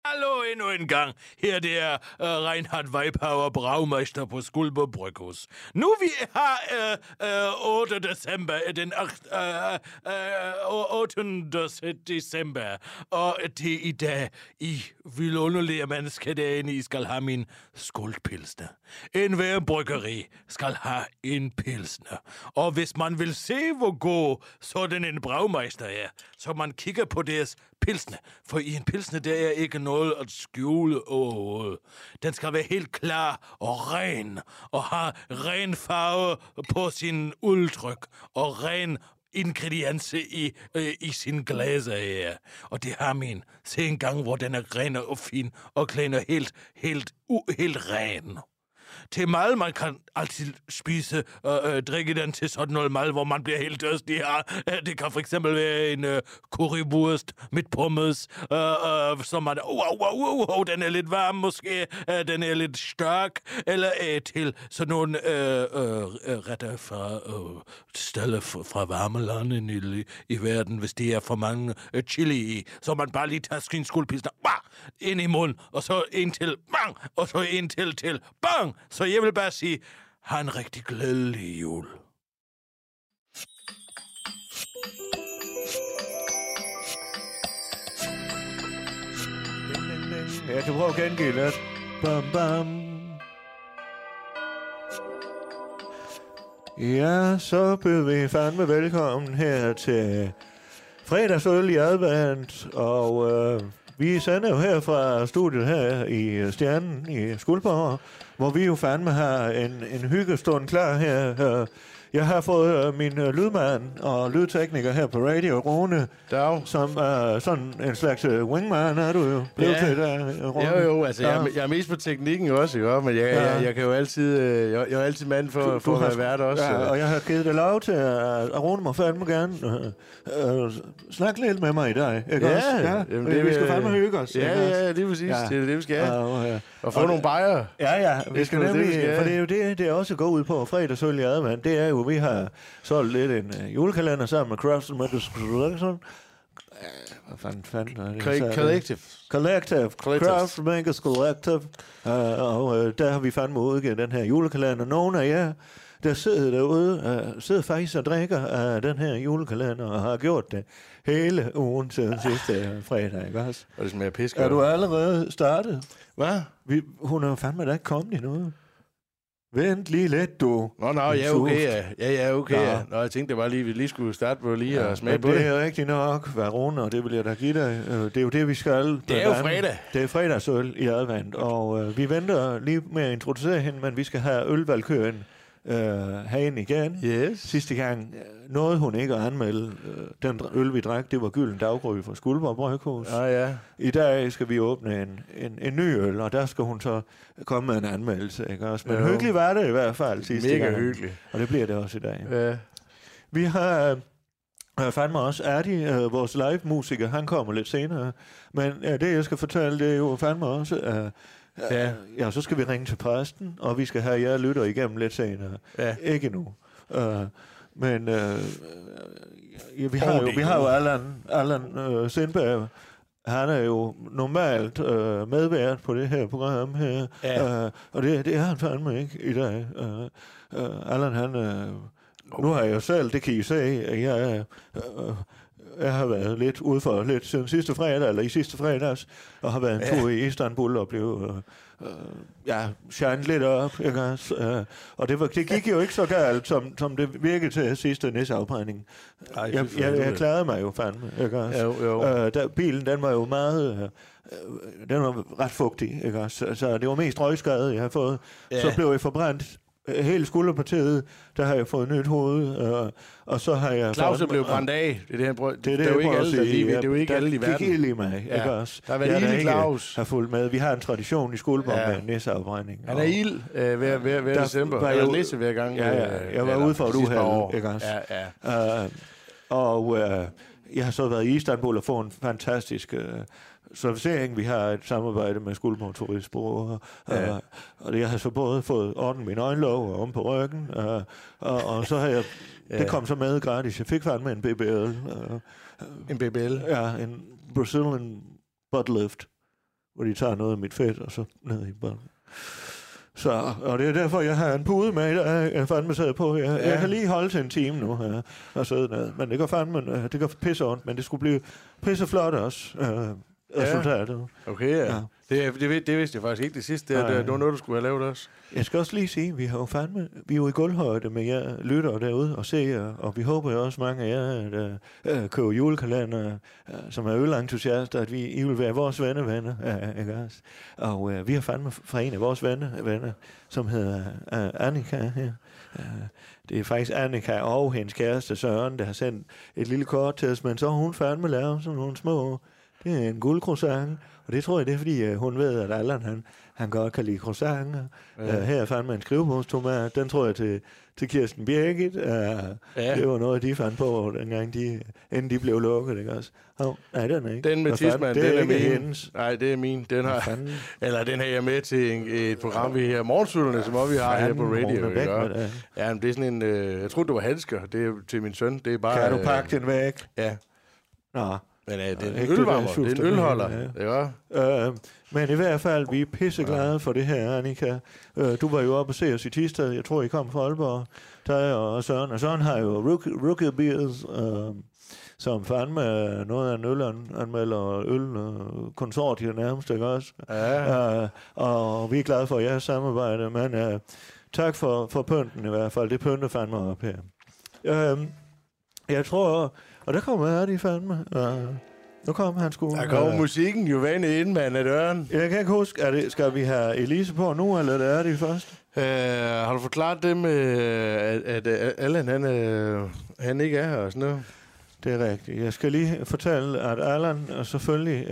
Hallo endnu en gang. Her det er Reinhard Weipauer, bragmeister på Skuldborg Bryghus. Nu vi har 8. december, den 8. december, og det er i dag, I vidunderlige menneskedagen, I skal have min skuldpilsner. En hver bryggeri skal have en pilsner. Og hvis man vil se, hvor god sådan en bragmeister er, så man kigger på deres pilsner. For i en pilsner, der er ikke noget at skjule overhovedet. Den skal være helt klar og ren, og have ren farve på sin udtryk, og ren ingredienser i sin glæser her. Og det har min. Se en gang, hvor den er ren og fin, og klæder helt ren. Til mad, man kan altid spise drikke den til sådan noget mad, hvor man bliver helt tørstig. Ja, det kan for eksempel være en currywurst med pommes, som man, den er lidt varm måske, den er lidt stærk, eller til sådan nogle retter fra steder fra varme lande i verden, hvis det er for mange chili i, så man bare lige tager sin skuldpilsner, ind i munden, og så en til, bang, og så en til, bang. Så jeg vil bare sige, ha' en rigtig glædelig jul. Jeg kan prøve at gengive lidt. Bam, bam. Ja, så byder vi fandme velkommen her til fredagsøl i advent, og vi sender jo her fra studiet her i Stjernen i Skuldborg, hvor vi jo fandme har en hyggestund klar her. Jeg har fået min lydmand og lydtekniker her på Radio, Rune, som er sådan en slags wingman, er du jo blevet til der, Rune. Jo, altså jeg er mest på teknikken også, ikke? Men jeg kan jo altid, jeg er altid mand for at være vært også. Ja, og jeg har givet dig lov til at Rune må fandme gerne snakke lidt med mig i dag, ikke også? Ja, jamen, vi skal fandme hygge os. Ja, lige præcis. Ja. Det er det, vi skal have. Og få nogle bajer. Ja, vi skal nemlig, for det er jo det er også går ud på fredagsøl i advent. Det er jo, vi har solgt lidt en julekalender sammen med Craftsman Collection. Hvad fanden er det? Collective. Craftsmakers Collective. Og der har vi fandme udgivet den her julekalender. Nogle af jer, der sidder derude, sidder faktisk og drikker af den her julekalender, og har gjort det hele ugen siden sidste fredag, ikke også? Og det smager pisker. Er du allerede startet? Hvad? Hun er fandme da ikke kommet endnu. Vent lige lidt, du. Nå, jeg er okay, ja. Okay. Nå, jeg tænkte bare lige, vi lige skulle starte på lige at smage på det. Det er rigtigt nok, Rune, og det vil jeg da give dig. Det er jo det, vi skal. Det er jo fredag. Det er fredagsøl i advent, og vi venter lige med at introducere hende, men vi skal have ølvalgkøen herinde igen. Yes. Sidste gang nåede hun ikke at anmelde den øl, vi drak. Det var Gylden Daggry fra Skuldborg Bryghus. Ja. I dag skal vi åbne en ny øl, og der skal hun så komme med en anmeldelse. Ikke også? Men hyggeligt var det i hvert fald sidste gang. Mega hyggeligt. Og det bliver det også i dag. Ja. Vi har fandme også Erdi, vores live-musiker. Han kommer lidt senere. Men det, jeg skal fortælle, det er jo fandme også... Ja, så skal vi ringe til præsten, og vi skal have jer lytter igennem lidt senere. Ja. Ikke nu. Men vi har jo Allan Sindberg. Han er jo normalt medvært på det her program her. Ja. Og det er han fandme ikke i dag. Allan, han... Nu har jeg jo selv, det kan I se, jeg har været lidt ude for lidt siden sidste fredag, eller i sidste fredags, og har været en tur i Istanbul og blev shine lidt op, ikke også? Og det gik jo ikke så galt, som det virkede til sidste næsafbrænding. Jeg klarede mig jo fandme, ikke også? Jo. Bilen, den var jo meget... den var ret fugtig, ikke også? Så det var mest røgskade, jeg har fået. Ja. Så blev jeg forbrændt hele skulderpartiet, der har jeg fået nyt hoved, og så har jeg... Claus blev brændt af. Det er jo ikke alle i verden. Det gik lige mig, ikke også? Der har været ild i Claus. Har fulgt med. Vi har en tradition i Skuldborg med næseafbrænding. Han er ild hver december. Eller næse hver gang. Ja. Jeg var ude for et uheld, ikke også? Ja. Og jeg har så været i Istanbul og fået en fantastisk... servicering. Vi har et samarbejde med Skuldborg Turistbureau, og det, jeg har så både fået orden min øjenlåg og om på ryggen, og så har jeg... Det kom så med gratis. Jeg fik fandme en BBL. En BBL? Ja, en Brazilian butt lift. hvor de tager noget af mit fedt, og så ned i bolden. Så, og det er derfor, jeg har en pude med, jeg fandme sidder på her. Jeg kan lige holde til en time nu her, og sidde ned. Men det går fandme, det går pisse ondt, men det skulle blive pisse flot også, resultatet. Okay, ja. Det vidste jeg faktisk ikke det sidste. Det var noget, du skulle have lavet også. Jeg skal også lige sige, vi er jo i gulvhøjde med jer lyttere derude og seere, og vi håber jo også mange af jer, der køber julekalender, som er ølentusiaster, at I vil være vores venner, ikke også? Og vi har fandme fra en af vores venner, som hedder Annika her. Det er faktisk Annika og hendes kæreste Søren, der har sendt et lille kort til os, men så har hun fandme lavet sådan nogle små. Det er en guldcroissant, og det tror jeg, det er, fordi hun ved, at Allan, han godt kan lide croissanter. Her fandt man en skrivebordstomat, den tror jeg til Kirsten Birgit. Det var noget, de fandt på, dengang inden de blev lukket, ikke også? Nej, den er ikke. Den med Tisman, den er min. Hendes. Nej, det er min. Den har jeg med til et program, vi her Morgensutterne, som også vi har her på radio. Ja, men det er sådan en, jeg tror det var handsker, det er til min søn. Det er bare, kan du pakke den væk? Ja. Nå. Men det er en ølvarmer, det er en ølholder. Ja. Men i hvert fald, vi er pisseglade for det her, Annika. Du var jo oppe og se os i Thisted. Jeg tror, I kom fra Aalborg. Der og Søren. Og Søren har jo Rookie Beers, som fandme noget af en ølanmelder ølkonsortiet nærmest, ikke også? Ja. Og vi er glade for jeres samarbejde, men tak for pynten i hvert fald. Det pynter fandme op her. Jeg tror... Og der kommer Erdi fandme. Nu kommer han sgu. Der kommer musikken jo vande inden, mand, af døren. Jeg kan ikke huske, skal vi have Elise på nu, eller er det først? Har du forklaret det med, at Allan, han ikke er her og sådan noget? Det er rigtigt. Jeg skal lige fortælle, at Allan selvfølgelig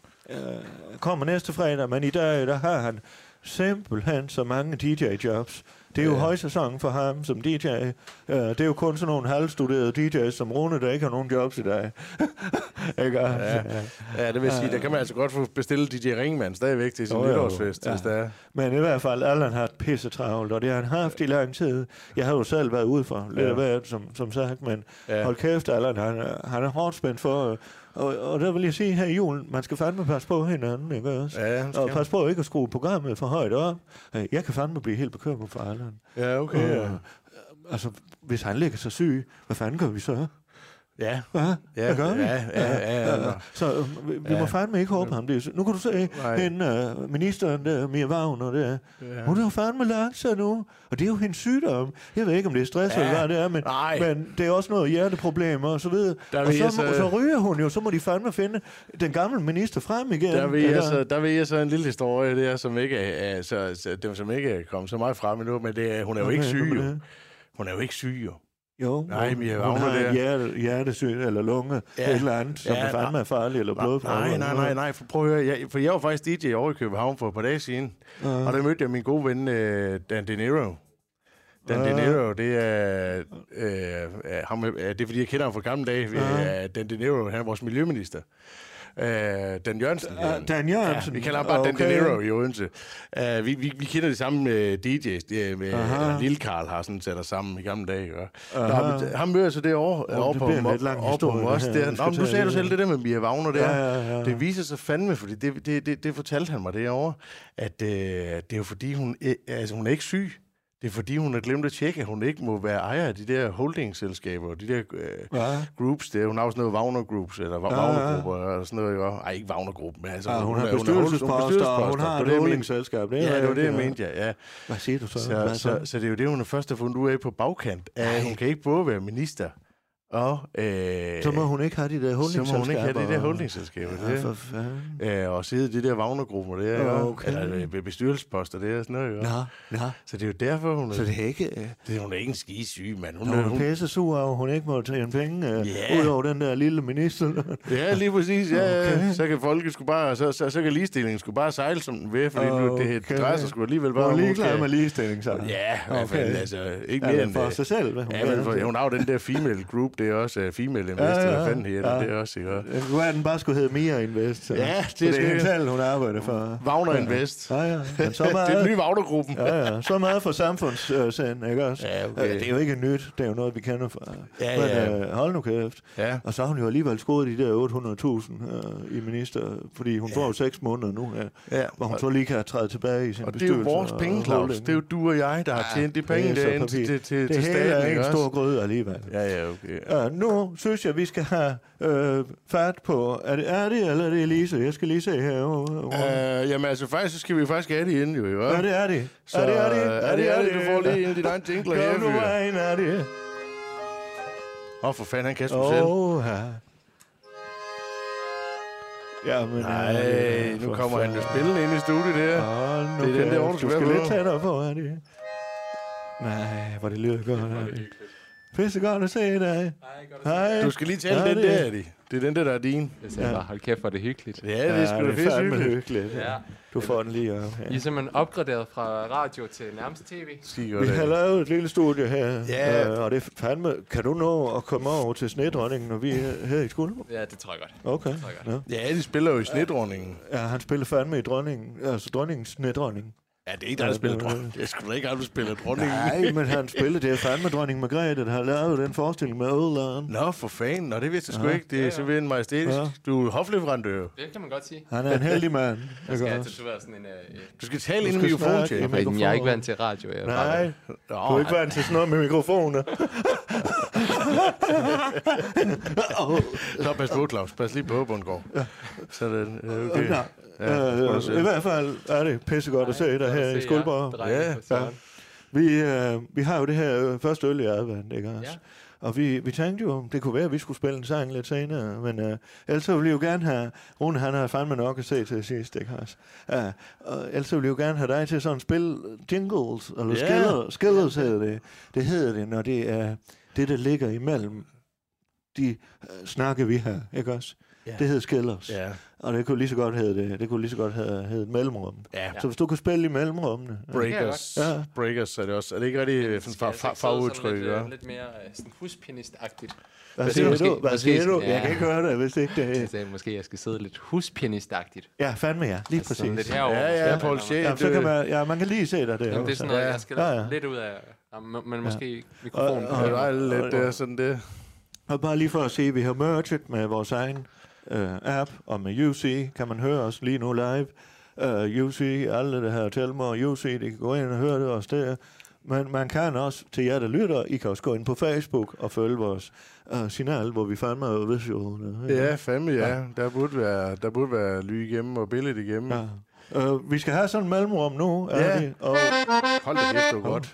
kommer næste fredag, men i dag, der har han simpelthen så mange DJ-jobs. Det er jo højsæson for ham som DJ. Det er jo kun sådan nogle halvstuderede DJ's som Rune, der ikke har nogen jobs i dag. Ikke? Ja, det vil sige, der kan man altså godt få bestilt DJ Ringmand stadigvæk til sin nytårsfest, hvis der er. Men i hvert fald, Allan har et pisse travlt, og det har han haft i lang tid. Jeg har jo selv været ude for lidt af hvert, som sagt, men hold kæft, Allan, han er hårdt spændt for... Og der vil jeg sige her i julen, man skal fandme passe på hinanden, ikke også? Ja, og passe på ikke at skrue programmet for højt op. Jeg kan fandme blive helt bekymret for Allan. Ja, okay. Altså, hvis han ligger så syg, hvad fanden gør vi så? Ja. Hvad gør vi? Ja. Så vi må fandme ikke håbe ham. Nu kan du se, hende, ministeren der, Mia Wagner der, hun er jo fandme lagt sig nu. Og det er jo hendes sygdom. Jeg ved ikke, om det er stress eller hvad det er, men det er også noget hjerteproblemer og så videre. Og så ryger hun jo, så må de fandme finde den gamle minister frem igen. Der vil jeg så en lille historie der, som ikke er kommet så meget frem endnu, men hun er jo ikke syg, jo. Hun er jo ikke syg, jo. Jo, nej, hun har hjertesyg eller lunge, et eller andet, som er fandme farligt, eller blodprøver. Nej, for prøv at høre, for jeg var faktisk DJ over i København for et par dage siden, og der mødte jeg min gode ven, Dan De Niro. Dan De Niro, det er fordi jeg kender ham fra gamle dage. Dan De Niro, han er vores miljøminister. Dan Jørgensen. Dan Jørgensen. Ja, vi kalder ham bare Dan De Niro i Odense. Vi kender de samme DJ's. Lille Karl har sådan sat os sammen i gamle dage. Han møder så derovre på os. Nu sagde du selv det der med Mia Wagner der. Det viser sig fandme, fordi det fortalte han mig derovre, at det er jo fordi, hun er ikke syg. Det er fordi, hun har glemt at tjekke, at hun ikke må være ejer af de der holdingselskaber, de der groups der. Hun har også noget Wagner Groups, eller Wagner-grupper, eller sådan noget. Ej, ikke Wagner-gruppen, men altså... hun har bestyrelsesposter, og hun har et holdingselskab. Det var det, jeg mente, ja. Hvad siger du så? Så det er jo det, hun har først har fundet ud af på bagkant. Hun kan ikke både være minister, og... så må hun ikke have de der holdingselskaber. For fanden. Og sidde i de der Wagner-grupper der, eller bestyrelsesposter der, og sådan noget. Så det er jo derfor, hun er... Så det er ikke... Hun er ikke en skide syg, mand. Hun er pisse sur af, hun ikke må tage en penge ud over den der lille minister. Ja, lige præcis. Ja. Så kan folket sgu bare... Så kan ligestillingen sgu bare sejle, som den vil, fordi det drejer sig sgu alligevel bare... Hun er ligeglad med ligestilling, så. Ja, i hvert fald, altså... Ikke mere end... for sig selv, hvad hun hun har jo den der female group det er også Female Invest, eller hvad fanden hedder det er også, ikke? Det kunne være, den bare skulle hedde Mia Invest. Så. Ja, det er en tal, hun arbejder for. Wagner Invest. Ja. Men så meget, det er den nye Wagner-gruppen. Ja. Så meget for samfundssind, ikke også? Ja, okay. Det er jo ikke nyt. Det er jo noget, vi kender fra. Ja. Men hold nu kæft. Ja. Og så har hun jo alligevel scoret de der 800.000 i minister, fordi hun får jo 6 måneder nu, hvor hun så lige kan træde tilbage i sin bestyrelse. Og det er jo vores penge, Claus. Det er jo du og jeg, der har tjent de penge derinde til staten. Det hele er ikke en stor gryde alligevel. Ja, okay. Nu synes jeg, vi skal have fat på... Er det eller er det Elise? Jeg skal lige se her. Jamen altså, faktisk så skal vi faktisk have det inde, jo. Ja, det er det. Så, er det. Du får lige en af dine egne jingler her. Kom nu, en er det. For fanden, han kaster sig selv. Ja, men... Nej, nu kommer han jo spillende ind i studiet der. Det er den der, du skal lidt tættere på, er det? Nej, hvor det lyder godt. Pisse godt at se dig. Hej. Du skal lige tale den der, Eddie. Det er den der er din. Jeg sagde bare, hold kæft, hvor er det hyggeligt. Ja, det er sgu da fedt hyggeligt. Ja. Du får den lige op. I er simpelthen opgraderet fra radio til nærmeste tv. Vi har lavet et lille studie her, og det er fandme... Kan du nå at komme over til Snedronningen, når vi er her i Skuldborg? Ja, det tror jeg godt. Okay. Ja, de spiller jo i Snedronningen. Ja, han spiller fandme i Dronningen, altså Dronningens Snedronning. Ja, det er ikke dig, der spiller dronning. Det er sgu da ikke aldrig spiller dronning. Nej, men han spiller, det er fandme dronning Margrethe, der har lavet den forestilling med Ødleren. Nå, for fanden. Nå, det vidste jeg sgu ikke. Det er simpelthen majestætisk. Ja. Du er hofleverandør. Det kan man godt sige. Han er en heldig mand. Jeg skal have tatoveret sådan en... Du skal tale ind i mikrofonen, Tjek. Men jeg er ikke vant til radio. Nej, du er ikke vant til sådan noget med mikrofoner. Så pas på, Claus. Pas lige på, Bundgaard. Sådan, okay. I hvert fald er det pissegodt at se dig her i Skuldborg. Vi har jo det her første øl i advent, ikke også? Og vi tænkte jo, det kunne være, at vi skulle spille en sang lidt senere, men ellers så ville vi jo gerne have... Rune, han har fandme nok at se til sidst, ikke også? Og ellers så ville vi jo gerne have dig til sådan spille jingles, eller skillers hedder det. Det hedder det, når det er det, der ligger imellem de snakke, vi har, ikke også? Det hedder skillers. Og det kunne lige så godt hedde det. Det kunne lige så godt hedde et mellemrum. Så hvis du kunne spille i mellemrummene. Breakers er det også. Er det ikke rigtig fagudtryk? Lidt mere sådan huspianist-agtigt. Hvad siger du? Jeg kan ikke høre det, hvis ikke det... Jeg sagde, måske jeg skal sidde lidt huspianist-agtigt. Ja, fandme ja. Lige præcis. Lidt herovre. Ja, Paul Schæ. Så kan man kan lige se dig der. Jamen, det er sådan noget, jeg skal lidt ud af... Men måske mikrofonen. Det var lidt sådan det. Og bare lige for at se, at vi har merged med vores egen app, og med UC kan man høre os lige nu live. UC, alle det her Telmer og UC, de kan gå ind og høre det også der. Men man kan også, til jer der lytter, I kan også gå ind på Facebook og følge vores signal, hvor vi fandme er visual. Ja, fandme ja. Der burde være lyd igennem og billede igennem. Ja. Vi skal have sådan en mellemrum nu. Hold da kæft, det var godt.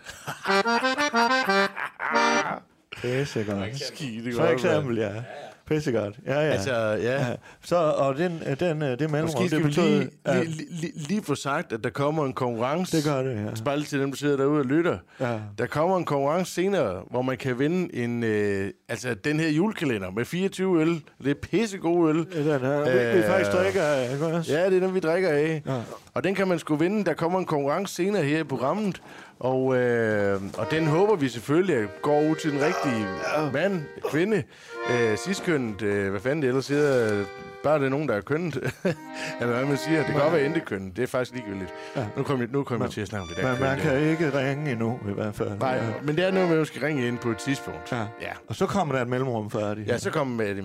Pissegodt. For eksempel, ja. Pissegodt. Ja. Altså, Så, og det mellemrum, måske skal det betyder... lige få sagt, at der kommer en konkurrence. Det gør det, ja. Spejl til dem, der sidder derude og lytter. Ja. Der kommer en konkurrence senere, hvor man kan vinde en, den her julekalender med 24 øl. Det er pissegod øl. Den her, vi faktisk drikker af, ikke også? Ja, det er den, vi drikker af. Ja. Og den kan man sgu vinde. Der kommer en konkurrence senere her i programmet. Og den håber vi selvfølgelig går ud til den rigtige mand, kvinde, ciskønnet, hvad fanden det ellers siger, bare det er nogen, der er kønnet. Eller hvad man siger, det kan godt være indekønnet, det er faktisk ligegyldigt. Ja. Nu kommer jeg til at snakke om det der kønnet. Man kan ikke ringe endnu, i hvert fald. Nej, men det er noget med, at man skal ringe ind på et tidspunkt. Ja. Og så kommer der et mellemrum færdigt. Ja, så kommer med det.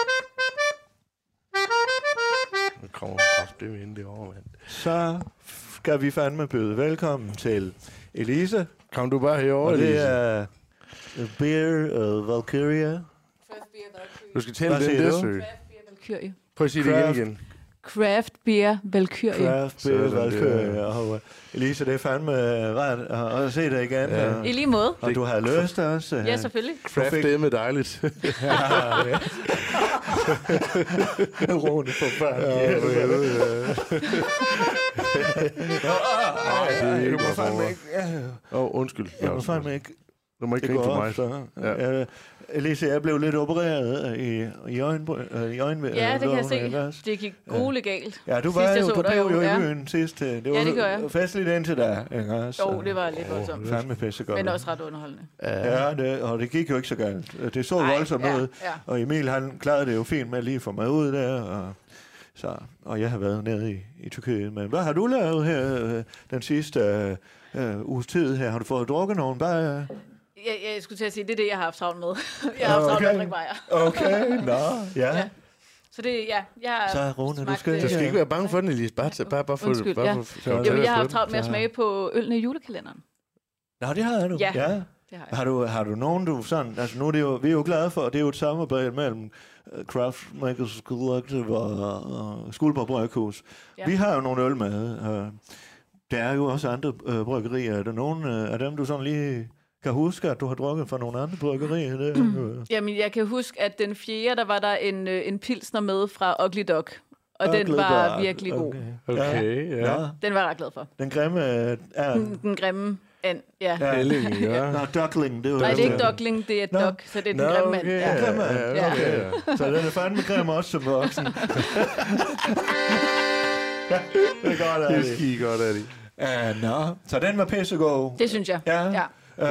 Nu kommer det ind derovre, mand. Så skal vi fandme byde velkommen til Elise. Kom du bare herover, Elise. Og det er Beer Valkyria. Du skal tælle den der søg. Valkyrie. Prøv at sige det igen. Craft Beer Valkyrie. Craft Beer Valkyrie. Og Elise, det er fandme rart at se dig igen. Ja. I lige måde. Og du har løst også. Ja, selvfølgelig. Craft, det er med dejligt. Rune på fanden. Du må fandme ikke... Undskyld. Jeg må fandme ikke... Du må ikke grine for mig. Elise, jeg blev lidt opereret i øjenværet. Ja, det kan jeg se. Det gik grueligt galt. Ja, du blev jo i byen sidst. Det var festligt indtil da. Jo, det var lidt voldsomt. Fandme pissegodt. Men også ret underholdende. Ja, og det gik jo ikke så galt. Det så voldsomt ud. Og Emil, han klarede det jo fint med at lige få mig ud der. Og jeg har været nede i Tyrkiet. Men hvad har du lavet her den sidste uges tid her? Har du fået drukket nogen? Bare... Jeg skulle til at sige, det er det, jeg har haft travlt med. Jeg har haft travlt med at drikke bajer. Okay, ja. Så det, jeg har så Rune, du skal ikke være bange for den, Elise. Bare for undskyld, jeg har haft travlt med at smage på ølene i julekalenderen. Nå, det har du. Ja. Har du nogen, du sådan... Altså, nu er det jo, vi er jo glade for, at det er jo et samarbejde mellem Craft Makers Collective og Skuldborg Bryghus. Ja. Vi har jo nogle øl med. Der er jo også andre bryggerier. Er der nogen af dem, du sådan lige... kan huske, at du har drukket fra nogle andre bryggerier? Jamen, jeg kan huske, at den 4. der var der en pilsner med fra Ugly Dog. Og den var virkelig god. Okay, ja. Den var jeg ret glad for. Den grimme er... Den grimme and, ja. Helling, ja. Nå, duckling, det var... Nej, det er ikke duckling, det er dog, så det er den grimme and. Okay. Så den er fandme grimme også som voksen. Det er godt, det ski godt, er det. Så den var pissegod. Det synes jeg, ja.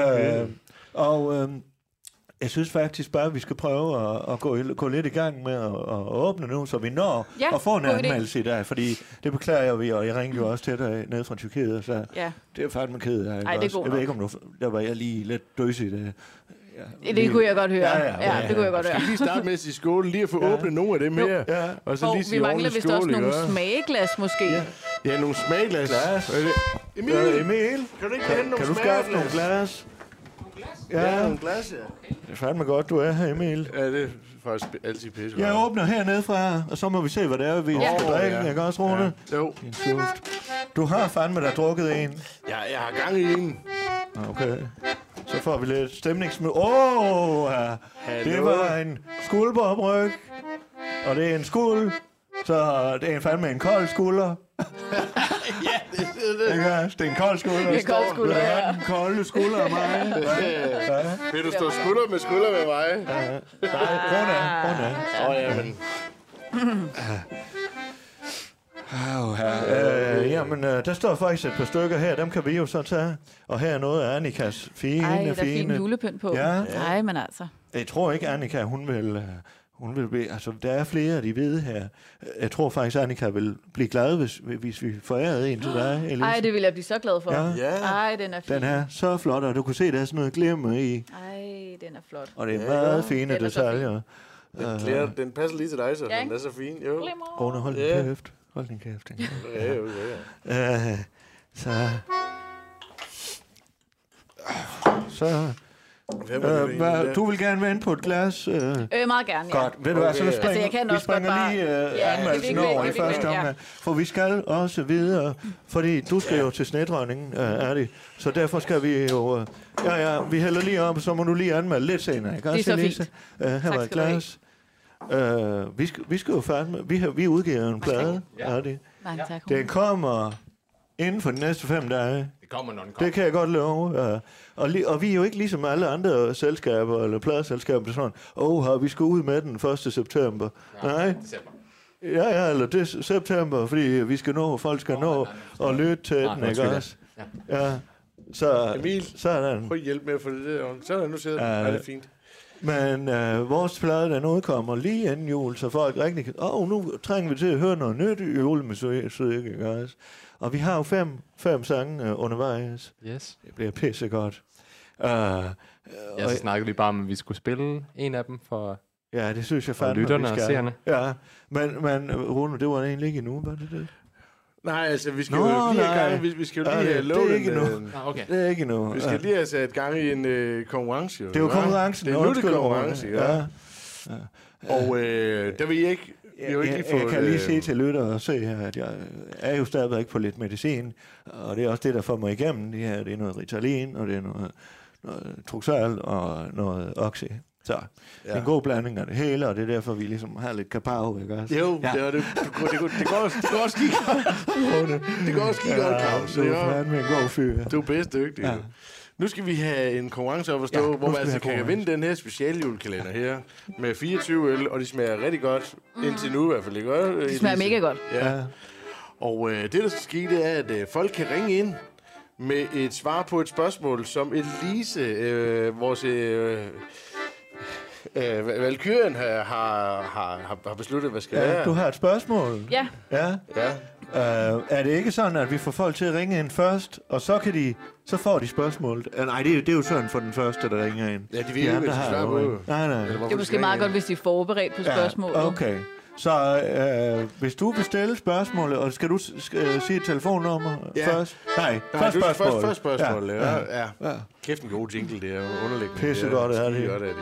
Jeg synes faktisk bare, at vi skal prøve at gå lidt i gang med at åbne nu, så vi når at få en anmeldelse i dag, fordi det beklager vi, og jeg ringede jo også til dig ned fra Tyrkiet, så det er fandme ked af. Jeg ved ikke, om der var jeg lige lidt døs i det. Det kunne jeg godt høre. Ja, det kunne jeg godt høre. Skal vi lige starte med at sige skål, lige at få åbnet nogle af dem her, og så lige sige vi mangler vist også nogle smageglas, måske. Ja, nogle smageglas. Emil, kan du ikke hente nogle Kan du skaffe nogle glas? Ja, nogle glas, Det er fandme godt, du er her, Emil. Ja, det er faktisk altid pisse. Jeg åbner hernede fra, og så må vi se, hvad det er, vi skal drikke. Jeg kan også, Rune. Jo. Du har fandme da drukket en. Ja, jeg har gang i en. Okay. Så får vi lidt stemningsmøde. Det var en skuldborgbryg. Og det er en skuld. Så det er fandme en kold skulder. Det er en kold skulder. Det er en kold skulder, ja. Den kolde skulder af mig. Vil du stå skulder med mig? Nej, Rune. Jamen, der står faktisk et par stykker her. Dem kan vi jo så tage. Og her er noget af Annikas fine. Ej, der er fin julepynt på. Ja. Nej, men altså. Jeg tror ikke, Annika, hun vil blive... Altså, der er flere af de hvide her. Jeg tror faktisk, Annika vil blive glad, hvis vi forærede en til dig, Elise. Ej, det vil jeg blive så glad for. Ja. Ej, den er fin. Den er så flot, og du kunne se, der er sådan noget glimmer i. Ej, den er flot. Og det er meget fine detaljer. Den passer lige til dig, så den er så fin. Jo. Rune, hold din kæft. Hold din kæft. Så... du vil gerne vente på et glas? Meget gerne, ja. Godt. Ved du hvad, så vi springer lige anmeldelsen over i første omgang. For vi skal også videre, fordi du skal jo til snedrøgningen, er det. Så derfor skal vi jo... vi hælder lige op, så må du lige anmelde lidt senere. Det er så fint. Her var et glas. Vi skal jo fandme... Vi udgiver en plade, er det. Mange tak. Den kommer inden for de næste 5 dage. Det kommer, når den kommer. Det kan jeg godt love. Og vi er jo ikke ligesom alle andre selskaber, eller pladeselskaber, sådan, vi skal ud med den 1. september. Nej. December. Ja, eller det september, fordi vi skal nå, folk skal nå at lytte til den, ikke også? Ja. Så, Emil, sådan. prøv at hjælpe med at få det der. Sådan, nu sidder den. Er det fint? Men vores plade, den udkommer lige inden jul, så folk rigtig kan... nu trænger vi til at høre noget nyt i julemusik, ikke også? Og vi har jo 5 sange undervejs. Yes. Det bliver pissegodt. Så snakkede vi bare om, at vi skulle spille en af dem for... Ja, det synes jeg fandme, lytterne og seerne. Ja, men Rune, det var egentlig ikke endnu, var det? Nej, altså, vi skal jo lige have gang, vi skal jo lige have lovet det er ikke endnu. Det er ikke endnu. Vi skal lige have sat gang i en konkurrence. Det er jo konkurrencen. Det er nu det konkurrence, ja. Og der vil I ikke... Jeg kan lige sige til lytter og se her, at jeg er jo stadigvæk på lidt medicin, og det er også det, der får mig igennem. Det er noget Ritalin, og det er noget Truxal og noget Oxy. Så det er en god blanding af det hele, og det er derfor, vi ligesom har lidt kapav, ikke også? Jo, det går også skidt. Det går også skidt godt, Claus. Du er fandme en god fyr. Du er bedst dygtig. Ja. Nu skal vi have en konkurrence op at stå, hvor man altså kan vinde den her specialjulekalender her med 24 øl, og de smager rigtig godt, indtil nu i hvert fald. Ikke? Det smager mega godt. Ja. Og det, der skal ske, det er, at folk kan ringe ind med et svar på et spørgsmål, som Elise, vores Valkyrien har besluttet, hvad skal være. Du har et spørgsmål? Ja. Er det ikke sådan, at vi får folk til at ringe ind først, og så får de spørgsmålet? Nej, det er jo sådan for den første, der ringer ind. Ja, de ved ikke, hvad de svarer på. Nej. Det er måske meget godt, hvis de er forberedt på spørgsmålet. Okay. Så hvis du vil stille spørgsmålet, og skal du sige et telefonnummer først? Nej, først spørgsmål. Først spørgsmål, ja. Kæft en god jingle, det er underliggende. Pisse godt er det. Godt er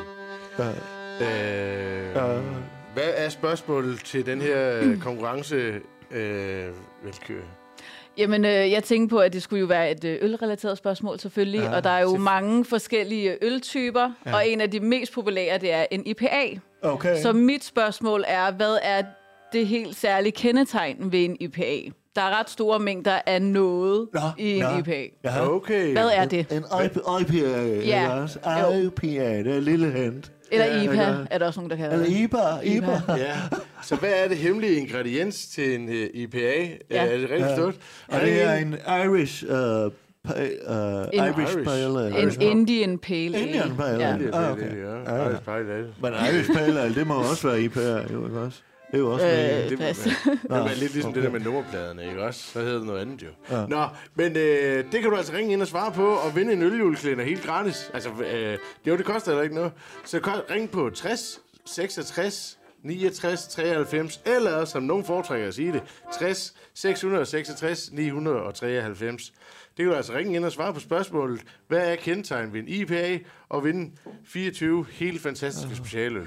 det. Hvad er spørgsmålet til den her konkurrence, Valkyrie? Jamen, jeg tænkte på, at det skulle jo være et ølrelateret spørgsmål selvfølgelig, og der er jo mange forskellige øltyper, og en af de mest populære, det er en IPA. Okay. Så mit spørgsmål er, hvad er det helt særlige kendetegn ved en IPA? Der er ret store mængder af noget i en IPA. Ja. Okay. Hvad er det? En IPA. Ja. IPA, det er en lille hent. Eller IPA, er der også nogen, der kalder det. Eller IPA. Ja. Så hvad er det hemmelige ingrediens til en IPA? Ja. Er det rigtig forstået? Og det er en Irish Irish Pale Ale. En Indian Pale Ale. Indian Pale Ale. Irish Pale Ale. Men Irish Pale Ale, det må også være IPA, jo ikke også? Det er jo også det er lidt ligesom det der med nummerpladerne, ikke også? Så hedder det noget andet jo. Ja. Nå, men det kan du altså ringe ind og svare på, og vinde en øljulekalender helt gratis. Altså, det koster heller ikke noget. Så ring på 60 66 69 93, eller som nogen foretrækker at sige det, 60 666 993. Det kan du altså ringe ind og svare på spørgsmålet, hvad er kendetegn ved en IPA, og vinde 24 helt fantastiske specialøl.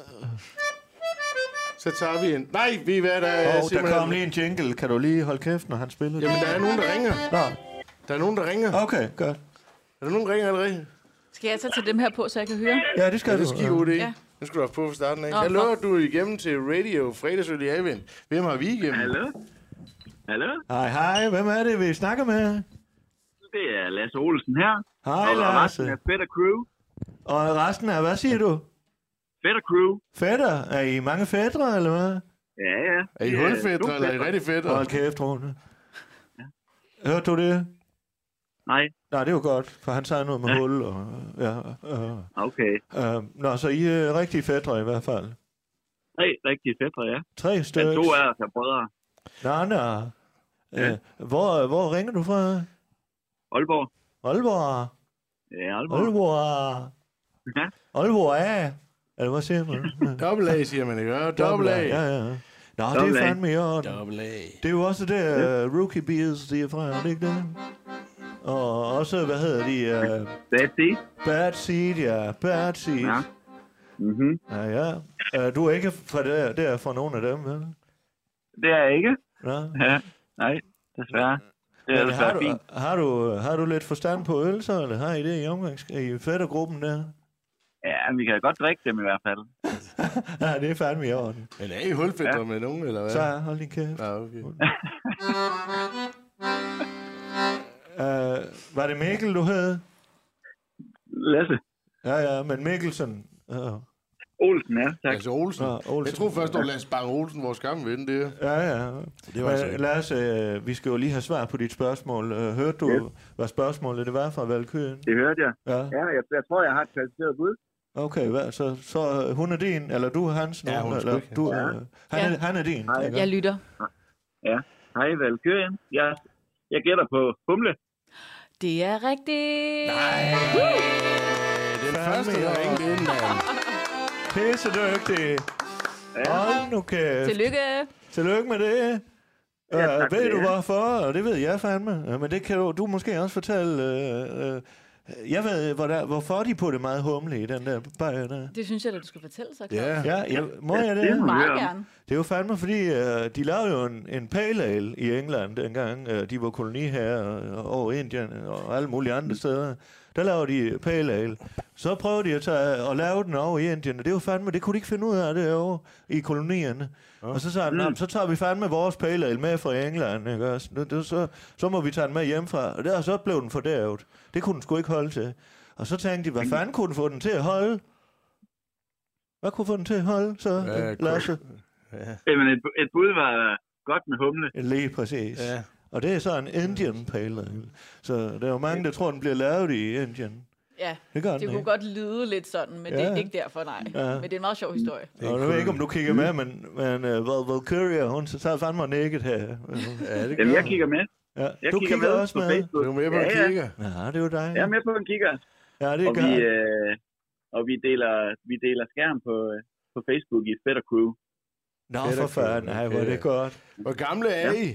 Så tager vi en... Nej, vi er hvad der... der kom lige en jingle. Kan du lige holde kæft, når han spiller? Jamen, der er nogen, der ringer. Nå. Der er nogen, der ringer. Okay, godt. Er der nogen, der ringer allerede? Skal jeg så tage dem her på, så jeg kan høre? Ja, det skal du. Det er skide god idé. Ja. Nu skal du have på fra starten af. Hallo, du er igennem til Radio Fredagsøl i Haven. Hvem har vi igennem? Hallo? Hej. Hvem er det, vi snakker med? Det er Lasse Olsen her. Hej, Lasse. Og resten er Fætter Crew. Og resten er, hvad siger du? Fætter Crew. Fætter? Er I mange fætter, eller hvad? Ja. Er I hulfætter, eller er I rigtig fætter? Hold kæft, Rune. Ja. Hørte du det? Nej, det er jo godt, for han sagde noget med hul. Og, okay. Nå, så I er rigtige fætter i hvert fald? 3 rigtige fætter, ja. 3 stykker? Men 2 af os er brødre. Nå. Ja. Hvor ringer du fra? Aalborg. Aalborg? Ja, Aalborg. Aalborg. Ja. Aalborg A. Eller hvad siger man? Dobbelt A, siger man ikke? Dobbelt A. Ja. Nå, det er fandme i orden. Dobbelt A. Det er jo også det Rookie Beers, de er fra, er det ikke det? Og også, hvad hedder de? Bad Seed. Bad Seed, ja. Bad Seed. Ja. Mm-hmm. Ja. Du er ikke fra nogen af dem, vel? Det er jeg ikke. Ja. Ja. Nej, desværre. Det er desværre fint. Har du lidt forstand på øl, så? Eller har I det i fættergruppen der? Ja, vi kan godt drikke dem i hvert fald. Ja, det er fandme i orden. Men er I hulfætter med nogen, eller hvad? Så hold din kæft. Ja, okay. Var det Mikkel, du hed? Lasse. Ja, men Mikkelsen. Olsen, ja, tak. Lasse Olsen. Olsen. Jeg tror først, du Lasse Bang Olsen, vores gamle ven, det. Ja. Det var altså Lasse, vi skal jo lige have svar på dit spørgsmål. Hørte du, hvad spørgsmålet det var fra Valkyrien? Det hørte jeg. Ja, jeg tror, jeg har et kvalificeret bud. Okay, så hun er din, eller du er hans nu? Ja, hun er eller du, han er din. Jeg lytter. Ja. Hej, Valkyrien. Jeg gætter på humle. Det er rigtigt. Nej. Den første, der ringede ind, mand. Pisse dygtig. Hold nu kæft. Tillykke med det. Ved du hvorfor? Og det ved jeg fandme. Men det kan du måske også fortælle. Jeg ved, hvorfor de putter meget humle i den der bajer der. Det synes jeg, at du skal fortælle sig. Ja, må jeg det? Meget gerne. Det er jo fandme, fordi de lavede jo en pale ale i England dengang. De var koloni her over Indien og alle mulige andre steder. der laver de pale ale. Så prøver de at lave den over i Indien, og det var fandme, det kunne de ikke finde ud af derovre i kolonierne. Og så sagde de, så tager vi fandme vores pale ale med fra England, ikke også? Så må vi tage den med hjemmefra, og så blev den fordærvet. Det kunne den sgu ikke holde til. Og så tænkte de, hvad fanden kunne den få den til at holde? Hvad kunne få den til at holde, så, Lasse? Jamen, et bud var godt med humle. Lige præcis. Ja. Og det er så en Indian Pale Ale. Så der er jo mange, der tror, den bliver lavet i Indien. Ja, det kunne godt lyde lidt sådan, men det er ikke derfor, nej. Ja. Men det er en meget sjov historie. Og jeg ved ikke, om du kigger med, men Valkyria, hun tager fandme nækket her. Jamen, jeg kigger med. Ja. Du kigger også med? Du er med på en kigger? Ja, det er jo dig. Jeg er med på en kigger. Ja, det er godt. Og vi deler skærm på Facebook i Fætter Crew. Nå, for fanden. Nej, hvor er det godt. Hvor gamle er I?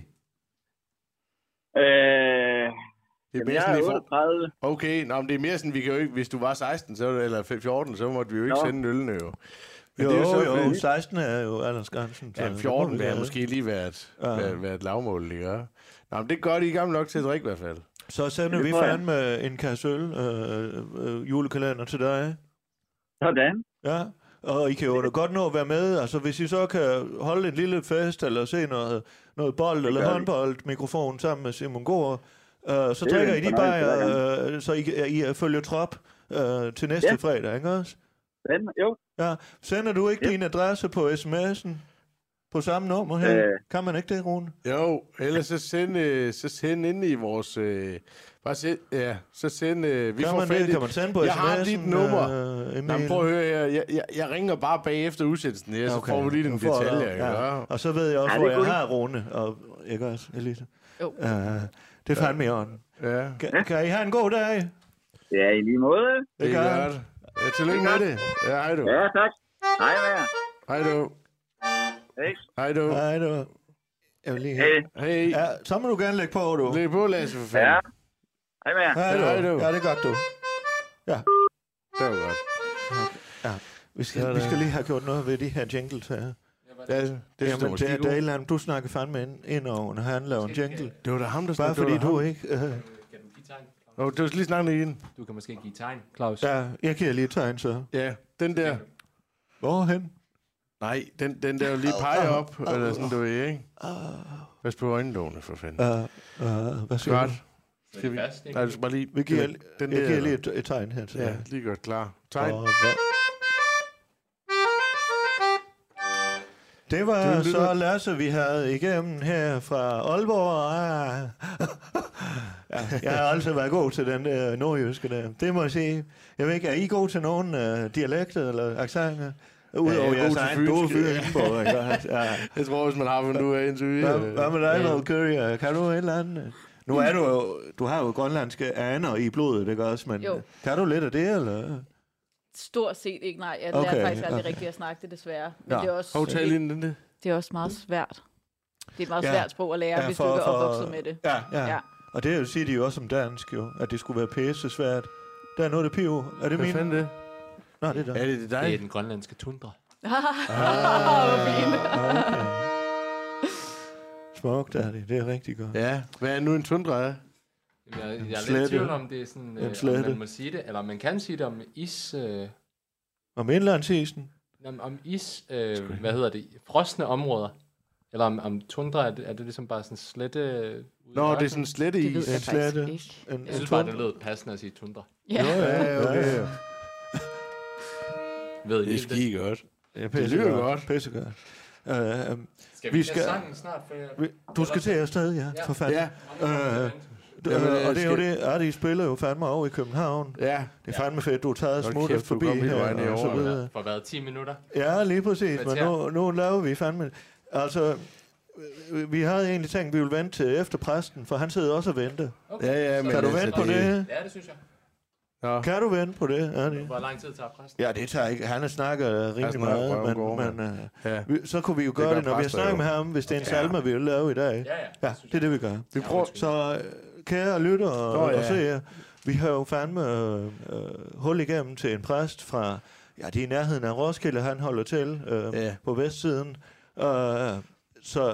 Jeg er 38. Okay, men det er mere sådan, vi kan jo ikke, hvis du var 16 eller 14, så måtte vi jo ikke sende ølene jo. Men jo, 16 er jo aldersgrænsen. Ja, 14 vil måske lige være et lavmål, ikke? Nå, men det gør de gamle nok til at drikke i hvert fald. Så sender vi fandme en kasse øl, julekalender til dig. Sådan. Ja. Og I kan jo godt nå at være med. Altså, hvis I så kan holde en lille fest, eller se noget bold eller håndbold mikrofon sammen med Simon Gård, så drikker I de bajer, så I følger trop til næste fredag, ikke også? Jo. Ja. Sender du ikke din adresse på sms'en? På samme nummer her? Kan man ikke det, Rune? Jo, ellers så send ind i vores... så send... vi får fat i... Kan man sende på sms'en? Jeg har dit nummer. Jamen, prøv at høre her. Jeg ringer bare bagefter udsendelsen her, så får vi lige den detalje. Ja. Og så ved jeg også, hvor jeg har Rune. Og ikke også, Elise? Jo. Det er fandme i orden. Ja. Kan I have en god dag? Ja, i lige måde. Det er godt. Ja, tillykke med det. Ja, hej du. Ja, tak. Hej med jer. Hej du. Hej. Hej du. Hej du. Jeg vil lige Hej. Ja, så må du gerne lægge på, du. Læg på, Lasse, for fanden. Ja. Hej med jer. Hej du. Ja, det er godt, du. Ja. Det var godt. Ja. Vi skal lige have gjort noget ved de her jingles her. Det er et eller andet, du snakker fandme ind over, når han laver en jingle. Det var da ham, der snakkede. Bare fordi du ikke... Kan du give tegn? Du skal lige snakke igen. Du kan måske give tegn, Claus. Ja, jeg giver lige et tegn, så. Ja, den der. Hvorhen? Nej, den der jo lige peger op, eller sådan, du ved, ikke? Pas på øjenlågene, for fanden. Hvad siger godt. Du? Skal vi? Nej, du skal bare lige... Jeg giver lige et tegn her til. Ja, lige godt klar. Tegn. Det var så Lasse, vi havde igennem her fra Aalborg. Jeg har altid været god til den der nordjyske der. Det må jeg sige. Jeg ved ikke, er I god til nogen dialekter eller accenter? Udover jeres egen Fynborg. Jeg tror også, man har fundet ud af interview. Hvad med dig, Valkyria? Kan du et eller andet? Nu er du har jo grønlandske aner i blodet, ikke også? Men kan du lidt af det, eller? Stort set ikke, nej. Jeg lærer faktisk aldrig rigtigt at snakke det, desværre. Men det er også, det er også meget svært. Det er et meget svært sprog at lære, hvis du ikke er opvokset med det. Ja. Og det siger de jo også om dansk, jo. At det skulle være pæse svært. Der er noget, der piver. Er det min? Hvad fanden det? Nå, det er dig. Er det dig? Det er den grønlandske tundra. Okay. Smukt er det. Det er rigtig godt. Ja. Hvad er nu en tundra? Jeg er lidt i tvivl om det er sådan, om man må sige det, eller man kan sige det om is... Om indlandsisen? Om is, hvad hedder det, frosne områder. Eller om tundra, er det ligesom bare sådan slette... Nå, det er sådan slette is. Det ved jeg faktisk ikke. Jeg synes bare, det lød passende at sige tundra. Ja, okay. Ved I det? Det er godt. Det lyder godt. Pissegodt. Skal vi have sangen snart? Du skal til afsted, ja. For fanden. Ja. Og det er jo det, de spiller jo fandme over i København. Ja. Det er fandme fedt, du har taget smuttet forbi her. Og så videre. For hvad, 10 minutter? Ja, lige præcis. Men nu laver vi fandme... Altså, vi havde egentlig tænkt, at vi ville vente til efter præsten, for han sidder også og venter. Okay. Ja, men kan du vente på det? Ja, det synes jeg. Ja. Kan du vente på det? Hvor lang tid tager præsten? Ja, det tager ikke. Han snakker rimelig meget, men så kunne vi jo gøre det, når vi har snakket med ham, hvis det er en salme, vi vil lave i dag. Ja, det er det, vi gør. Vi prøver. Så kære lytter og seere, vi har jo fandme hul igennem til en præst fra, det er i nærheden af Roskilde, han holder til på vestsiden. Så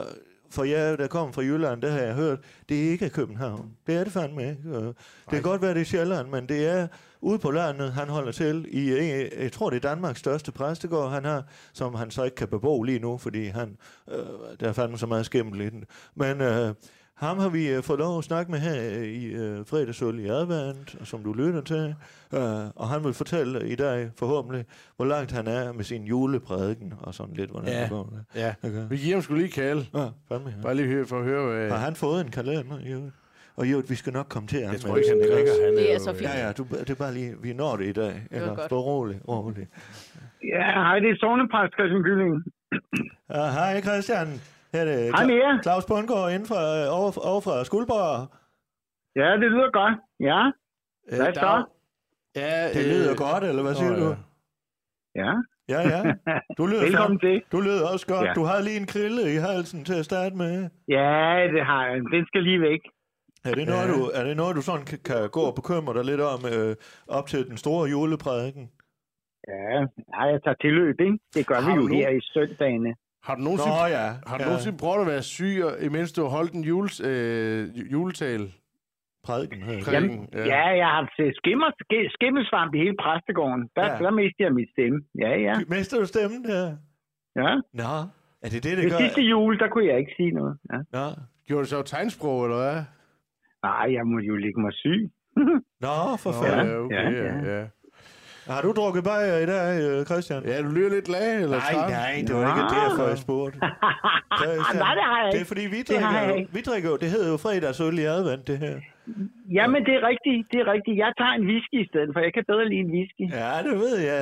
for jer, der kommer fra Jylland, det har jeg hørt, det er ikke København. Det er det fandme ikke. Det kan godt være, det er Sjælland, men det er ude på landet, han holder til i, jeg tror, det er Danmarks største præstegård, han har, som han så ikke kan bebo lige nu, fordi der er fandme så meget skimmel i den. Men ham har vi fået lov at snakke med her i fredagsøl i advent, som du lytter til. Og han vil fortælle i dag forhåbentlig, hvor langt han er med sin juleprædiken, og sådan lidt, hvordan det går. Ja, okay. Vi giver ham sgu lige kalde. Ja, fandme. Bare lige for at høre. Har han fået en kalender? Og jo, vi skal nok komme til at... Jeg tror ikke, han drikker. Det er så fint. Ja, det er bare lige... Vi når det i dag. Det var godt. Roligt. Ja, hej, det er sognepræst Christian Gylling. Hej, Christian. Her er det hej med jer. Claus Bundgaard inden for, over fra Skuldborg. Ja, det lyder godt. Ja. Hvad så? Ja, det lyder godt, eller hvad siger du? Ja. Ja. Du lyder velkommen til. Du lyder også godt. Ja. Du har lige en krille i halsen til at starte med. Ja, det har jeg. Den skal lige væk. Er det noget, du sådan kan gå og bekymre dig lidt om op til den store juleprædiken? Ja, jeg tager tilløb, ikke? Det gør vi jo her i søndagene. Har du nogensinde prøvet at være syg, imens du har holdt en juletale? Prædiken? Ja, jeg har haft skimmelsvamp i hele præstegården. Der mister jeg mit stemme. Ja. Mister du stemmen der? Ja. Nå, er det gør? Sidste jul, der kunne jeg ikke sige noget. Ja. Nå. Gjorde du så tegnsprog, eller hvad? Nej, jeg måtte jo ligge mig syg. Nå, for fanden. Ja, okay, ja. Har du drukket bajer i dag, Christian? Ja, du lyder lidt lag, eller Nej, det var ikke derfor, jeg spurgte. Nej, det har jeg ikke. Det er fordi, vi drikker jo, det hedder jo fredagsøl i advent, det her. Jamen, det er rigtigt. Jeg tager en whisky i stedet, for jeg kan bedre lide en whisky. Ja, det ved jeg.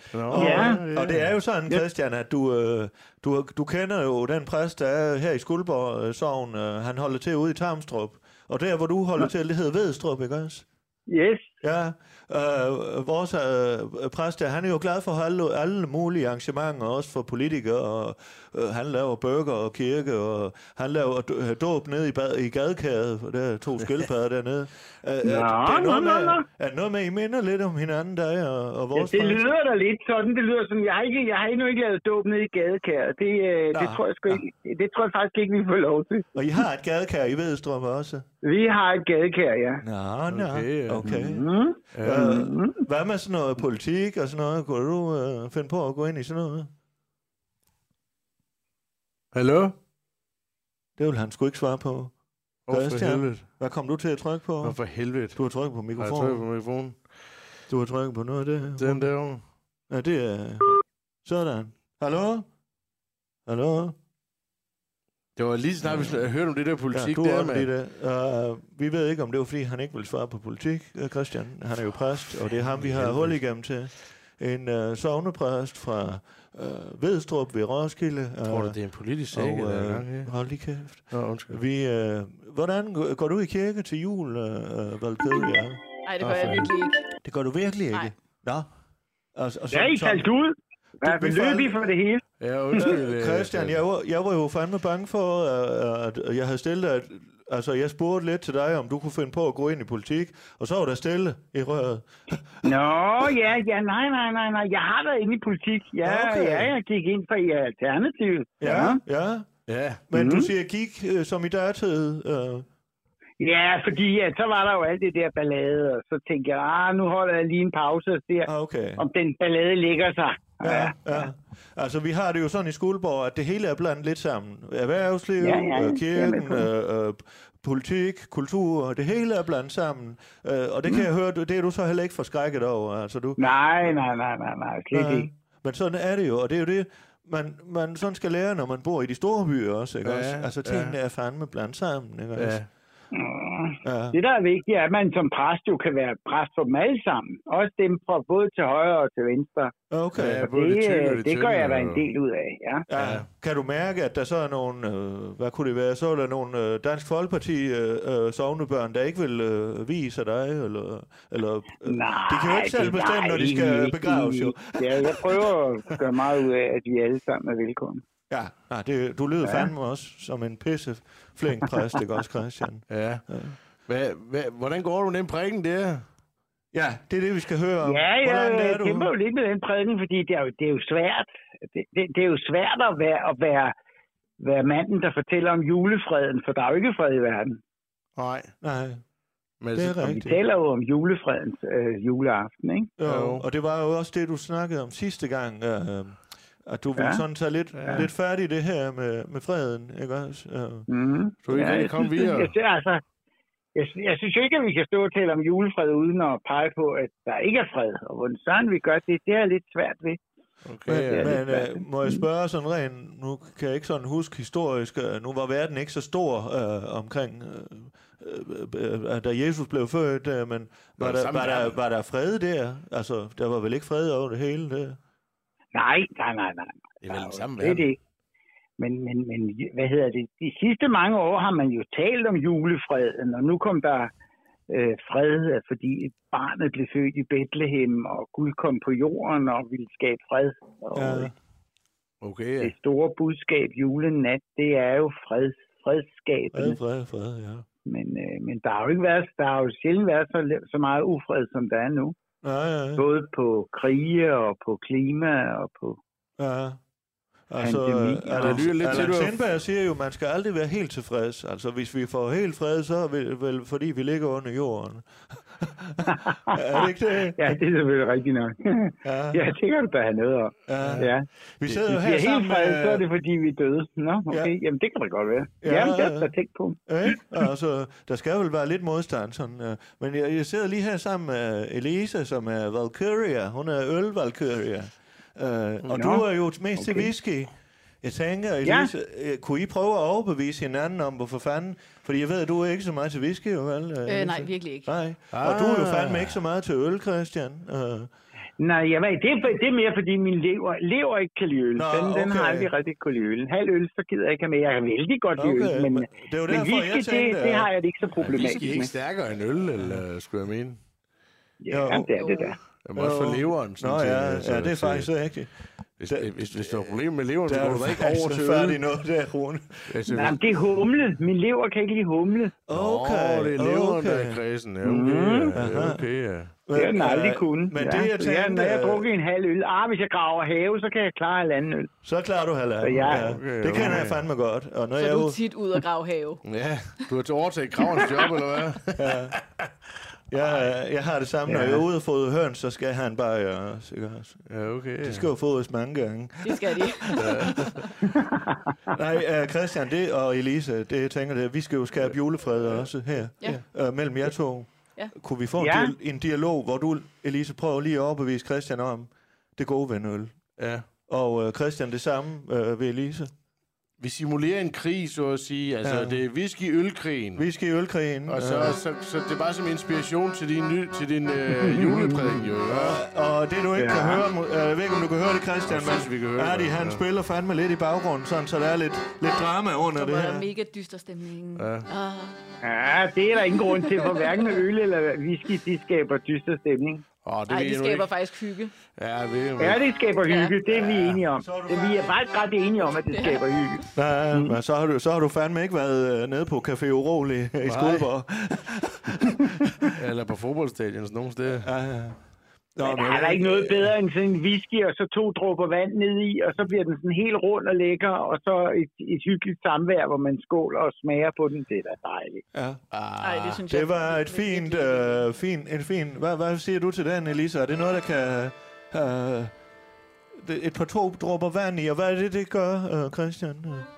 Og det er jo sådan, Christian, at du kender jo den præst, der er her i Skuldborg Sogn. Han holder til ude i Tarmstrup. Og der, hvor du holder til, det hedder Vedstrup, ikke også? Yes. Ja, vores præst, han er jo glad for alle mulige arrangementer, også for politikere, og han laver burger og kirke, og han laver dåb nede i gadekæret, der er 2 skildpadder dernede. Er det noget med, I minder lidt om hinanden, der og vores det lyder da lidt sådan, jeg har endnu ikke lavet dåb nede i gadekæret, det tror jeg sgu ikke, det tror jeg faktisk ikke, vi får lov til. Og I har et gadekær i Vedstrup også? Vi har et gadekær, ja. Okay. Hvad med sådan noget politik og sådan noget? Kunne du finde på at gå ind i sådan noget? Hallo? Det vil han sgu ikke svare på. Christian, hvad kom du til at trykke på? For helvede. Du har trykket på mikrofonen. Jeg har trykket på mikrofonen. Du har trykket på noget af det her? Den der. Ja, det er... Sådan. Hallo? Det var lige snart, vi hørte om det der politik vi ved ikke, om det var, fordi han ikke vil svare på politik, Christian. Han er jo præst, og det er ham, vi har hul igennem til. En sognepræst fra Vedstrup ved Roskilde. Tror du, det er en politisk sag? Hold lige kæft. Undskyld. Hvordan går du i kirke til jul, Valkød? Nej, det gør jeg virkelig ikke. Det gør du virkelig ikke? Nej. Nå. Jeg er ikke kaldt ud. Jeg vil løbe i for det hele. Ja, undskyld. Christian, jeg var jo fandme bange for, at jeg havde stillet... Altså, jeg spurgte lidt til dig, om du kunne finde på at gå ind i politik, og så var der stille i røret. Nej. Jeg har været inde i politik. Jeg gik ind for Alternativet. Ja. Men du siger gik som i datid. Ja, fordi så var der jo alt det der ballade, og så tænkte jeg, nu holder jeg lige en pause og ser, om den ballade ligger sig. Ja. Altså, vi har det jo sådan i Skuldborg, at det hele er blandet lidt sammen. Erhvervsliv, kirken, politik, kultur, det hele er blandet sammen. Og det kan jeg høre, det er du så heller ikke forskrækket over. Altså, du... Nej, slet ikke. Men sådan er det jo, og det er jo det, man sådan skal lære, når man bor i de store byer også, ikke også? Altså, tingene er fandme blandet sammen, ikke også? Det, der er vigtigt, er, at man som præst jo kan være præst for dem alle sammen. Også dem fra både til højre og til venstre. Okay. Det gør jeg da en del ud af, ja. Kan du mærke, at der så er nogle, hvad kunne det være, så er der nogle Dansk Folkeparti sognebørn, der ikke vil vise dig, eller nej, de kan jo ikke selv bestemme, når de skal begraves, jo. Ja, jeg prøver at gøre meget ud af, at vi alle sammen er velkommen. Ja, du lyder fandme også som en pisseflink præst, ikke også, Christian? Ja. Hvordan går du med den prædiken der? Ja, det er det, vi skal høre om. Ja, jeg kæmper jo lidt med den prædiken, fordi det er jo svært. Det er jo svært at være være manden, der fortæller om julefreden, for der er jo ikke fred i verden. Nej. Men det er rigtigt. Vi taler jo om julefredens juleaften, ikke? Jo, og det var jo også det, du snakkede om sidste gang, at du ville sådan tage lidt færdig det her med freden, ikke også? Du ikke komme videre. Jeg synes jo ikke, at vi kan stå og tale om julefred, uden at pege på, at der ikke er fred. Og hvordan sådan vi gør det er lidt svært ved. Okay, men må jeg spørge sådan rent, nu kan jeg ikke sådan huske historisk, nu var verden ikke så stor omkring, da Jesus blev født, men var der fred der? Altså, der var vel ikke fred over det hele der? Nej. Det er vel den samme verden. Det er det. Men hvad hedder det? De sidste mange år har man jo talt om julefreden, og nu kom der fred, fordi barnet blev født i Bethlehem, og Gud kom på jorden og ville skabe fred. Og det store budskab julenat, det er jo fredsskabende. Fred, ja. Men der har jo ikke været, der har jo sjældent været så meget ufred, som der er nu. Ja. Både på krige og på klima og på... Ja. Altså, Allan Sindberg siger jo, at man skal aldrig være helt tilfreds. Altså, hvis vi får helt fred, så er det vel, fordi vi ligger under jorden. Er det ikke det? Ja, det er selvfølgelig rigtigt nok. Ja, det kan du da have noget om. Ja. Vi sidder jo her sammen med... helt fred, så er det, fordi vi er døde. Nå, okay. Jamen, det kan da godt være. Jamen, det er tænkt på. Altså, der skal vel være lidt modstand. Sådan, men jeg sidder lige her sammen med Elisa, som er Valkyria. Hun er øl-Valkyria. Og du er jo mest til whisky. Jeg tænker, Elisa, kunne I prøve at overbevise hinanden om, hvorfor fanden? Fordi jeg ved, at du er ikke så meget til whisky, jo vel? Nej, virkelig ikke. Nej. Og du er jo fandme ikke så meget til øl, Christian. Nej, det er mere, fordi min lever ikke kan lide øl. Den har aldrig rigtig kunne lide øl. Halv øl, så gider jeg ikke have med. Jeg kan vældig godt lide øl, men whisky, det har jeg det ikke så problematisk med. Whisky er ikke stærkere end øl, eller skulle jeg mene? Ja, det er det der. Jeg må også få leveren. Ja, det er faktisk rigtigt. Hvis du har problemer med leveren, så går du ikke over til færdig noget der, Rune. Nej, det er humle. Min lever kan ikke lide humle. Okay. Det er leveren, der er kredsen. Okay. Det er den aldrig kunne. Men det, jeg tænkte... Når jeg drukker en halv øl. Hvis jeg graver have, så kan jeg klare halvanden øl. Så klarer du halvanden. Det kender jeg fandme godt. Og når så du er tit ud at grave have. Ja, du har til overtaget graverens job, eller hvad? Jeg har det samme, når jeg er ude og fodre høns, så skal han bare okay. De skal jo fodres mange gange. Det skal de. Nej, Christian, det og Elisa, det jeg tænker det, vi skal jo skabe julefred også her, mellem jer to. Ja. Kunne vi få en dialog, hvor du, Elisa, prøver lige at overbevise Christian om det gode ved øl? Ja. Og Christian det samme ved Elisa? Vi simulerer en krig, så at sige. Altså, det er whisky-ølkrigen. Whisky-ølkrigen. Og så det er bare som inspiration til din juleprædiken, jo. Og det du ikke kan høre, jeg ved ikke, om du kan høre det, Christian, men han spiller fandme lidt i baggrunden, sådan, så der er lidt drama under det her. Der er mega dyster stemning. Ja, det er der ingen grund til, for hverken øl eller whisky, de skaber dyster stemning. Det skaber faktisk hygge. Ja, det skaber hygge. Det er vi enige om. Vi er faktisk ret enige om, at det skaber hygge. Ja, men så har du fandme ikke været nede på Café Urolig i Skudborg. Eller på fodboldstadion sådan nogle steder. Ja. Der er ikke noget bedre end sådan en whisky, og så 2 dråber vand ned i, og så bliver den sådan helt rund og lækker, og så et hyggeligt samvær, hvor man skåler og smager på den. Det er da dejligt. Ja. Det synes det var et fint... Hvad siger du til den, Elisa? Er det noget, der kan... et par 2 dråber vand i, og hvad er det gør, Christian?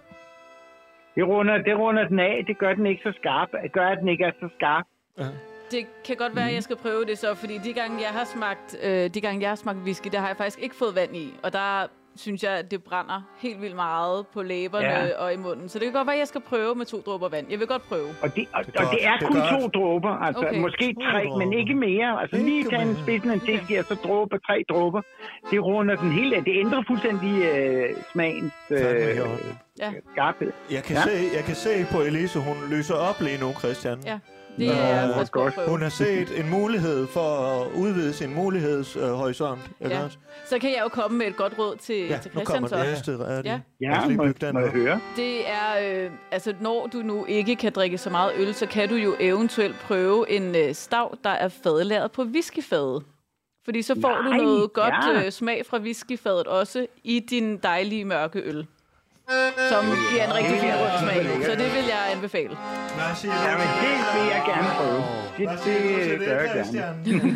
Det runder den af. Det gør den ikke så skarp. Det gør, at den ikke er så skarp. Ja. Det kan godt være, at jeg skal prøve det så, fordi de gange, jeg har smagt whisky, der har jeg faktisk ikke fået vand i. Og der synes jeg, at det brænder helt vildt meget på læberne og i munden. Så det kan godt være, at jeg skal prøve med 2 dråber vand. Jeg vil godt prøve. Og det er kun 2 dråber. Altså, måske 3, men ikke mere. Altså lige tage en spidsen af en teski, og så 3 dråber. Det runder den hele af. Det ændrer fuldstændig smagens skarphed. Jeg kan se på Elise, hun lyser op lige nu, Christian. Ja. Det er godt. Hun har set en mulighed for at udvide sin mulighedshorisont. Ja. Så kan jeg jo komme med et godt råd til Christian. Nu kommer det næste. Må jeg høre? Det er, altså når du nu ikke kan drikke så meget øl, så kan du jo eventuelt prøve en stav, der er fadlæret på whiskyfadet. Fordi så får du noget godt smag fra whiskyfadet også i din dejlige mørke øl. som giver en rigtig fin rød smag. Så det vil jeg anbefale. Hvad siger du? Jamen, det vil jeg gerne prøve. Det gør jeg gerne.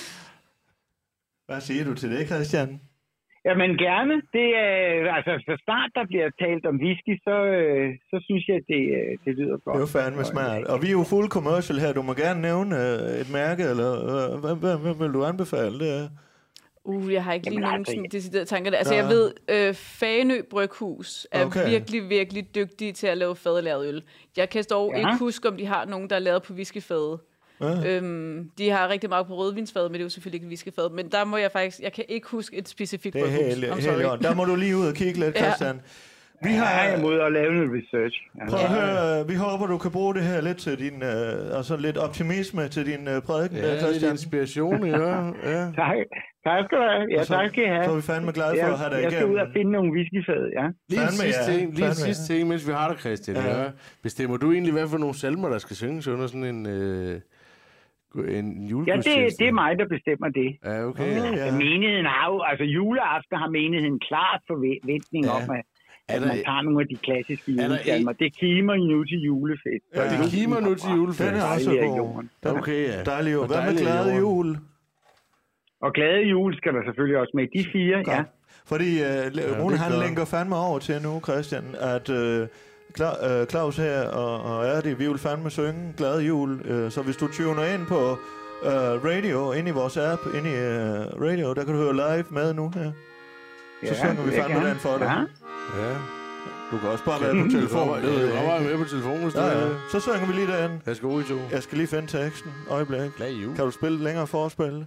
Hvad siger du til det, Christian? Jamen gerne. Det er, altså, så snart der bliver talt om whisky, så synes jeg, det lyder godt. Det er jo fandme smart. Og vi er jo fuld commercial her. Du må gerne nævne et mærke, eller hvad vil du anbefale det? Jeg har ikke lige nogen sådan deciderede tanker der. Altså, jeg ved, Fanø Bryghus er virkelig, virkelig dygtige til at lave fadelavet øl. Jeg kan dog ikke huske, om de har nogen, der er lavet på whiskyfade. De har rigtig meget på rødvinsfad, men det er jo selvfølgelig ikke whiskyfad. Men der må jeg faktisk... Jeg kan ikke huske et specifikt bryghus. Der må du lige ud og kigge lidt, Christian. Vi har imod at lave noget research. Prøv at høre, vi håber, du kan bruge det her lidt til din... altså lidt optimisme til din prædiken. Ja, lidt inspiration, ja. Tak skal du have. Ja, tak skal I have. Så er vi fandme glade for at have dig igennem. Jeg skal ud og finde nogle whiskyfad, ja. Lige en sidste ting, mens vi har dig, Christian. Ja. Bestemmer du egentlig, hvad for nogle salmer, der skal synges under sådan en julegudstjeneste? Ja, det er mig, der bestemmer det. Ja, okay. Altså, menigheden har jo... Altså, juleaften har menigheden klart forventning om, at man tager nogle af de klassiske julesalmer. Det kimer nu til julefest. Ja, det kimer nu til julefest. Den er også god. Okay, ja. Dejlig jul. Hvad med glade jul? Og glade jul skal der selvfølgelig også med. De 4, ja. Fordi Rune, han lænker fandme over til nu, Christian, at Claus her og Erdi, vi vil fandme synge glade jul. Så hvis du tuner ind på radio, ind i vores app, ind i radio, der kan du høre live med nu her. Så synger vi fandme den for dig. Ja. Du kan også bare være på telefonen. Du kan bare være med på telefonen. Så synger vi lige derinde. Værsgo, I to. Jeg skal lige finde teksten. Øjeblik. Kan du spille længere forspil?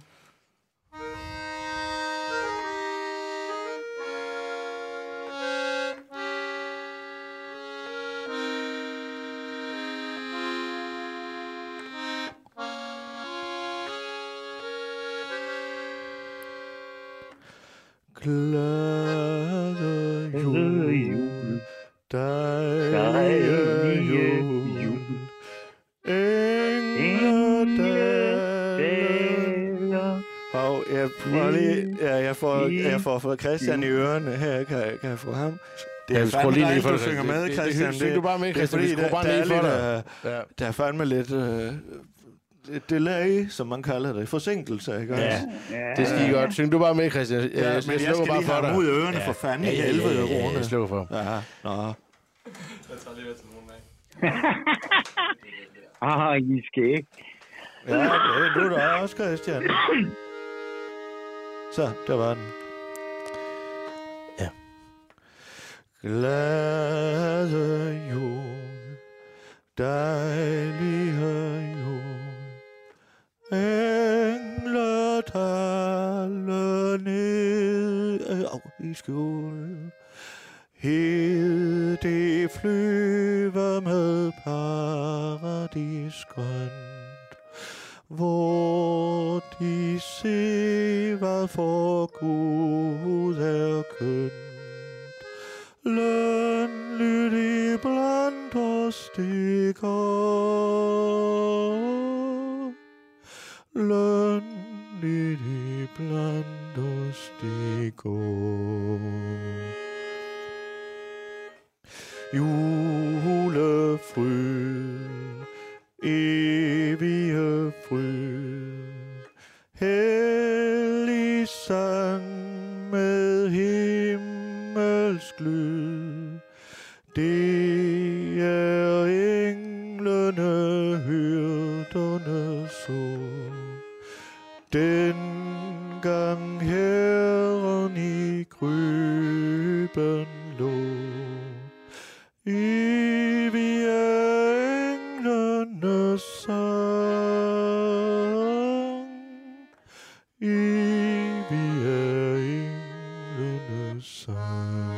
Glade jul, dejlige jul, jeg får Christian i ørerne her, kan jeg få ham? Det er fandme dejligt, du synger med, Christian. Syng du bare med, Christian. Det er fordi, der er fandme lidt... et delay, som man kalder det. Forsinkelse, ikke? Ja, det skal I godt. Syng du bare med, Christian. Men jeg skal lige have ud af ørerne for fanden i helvede, Rune. Jeg slukker for. Ja, nå. Jeg tager lige ved telefonen af. I skal ikke. Ja, det er du da også, Christian. Så, der var den. Ja. Glade jul, dejlige jul, engler taler ned i skjul. Hed det flyver med paradisgrønt, hvor de se, hvad for Gud er kønt. Lønligt i blandt os det går, lønligt i blandt os det går. Julefryd, evige fryd, hellig sang med himmelsk lyd. Det er englene, hyrderne så, dengang Herren i krybben lå. Evig er englenes sang, evig er englenes sang.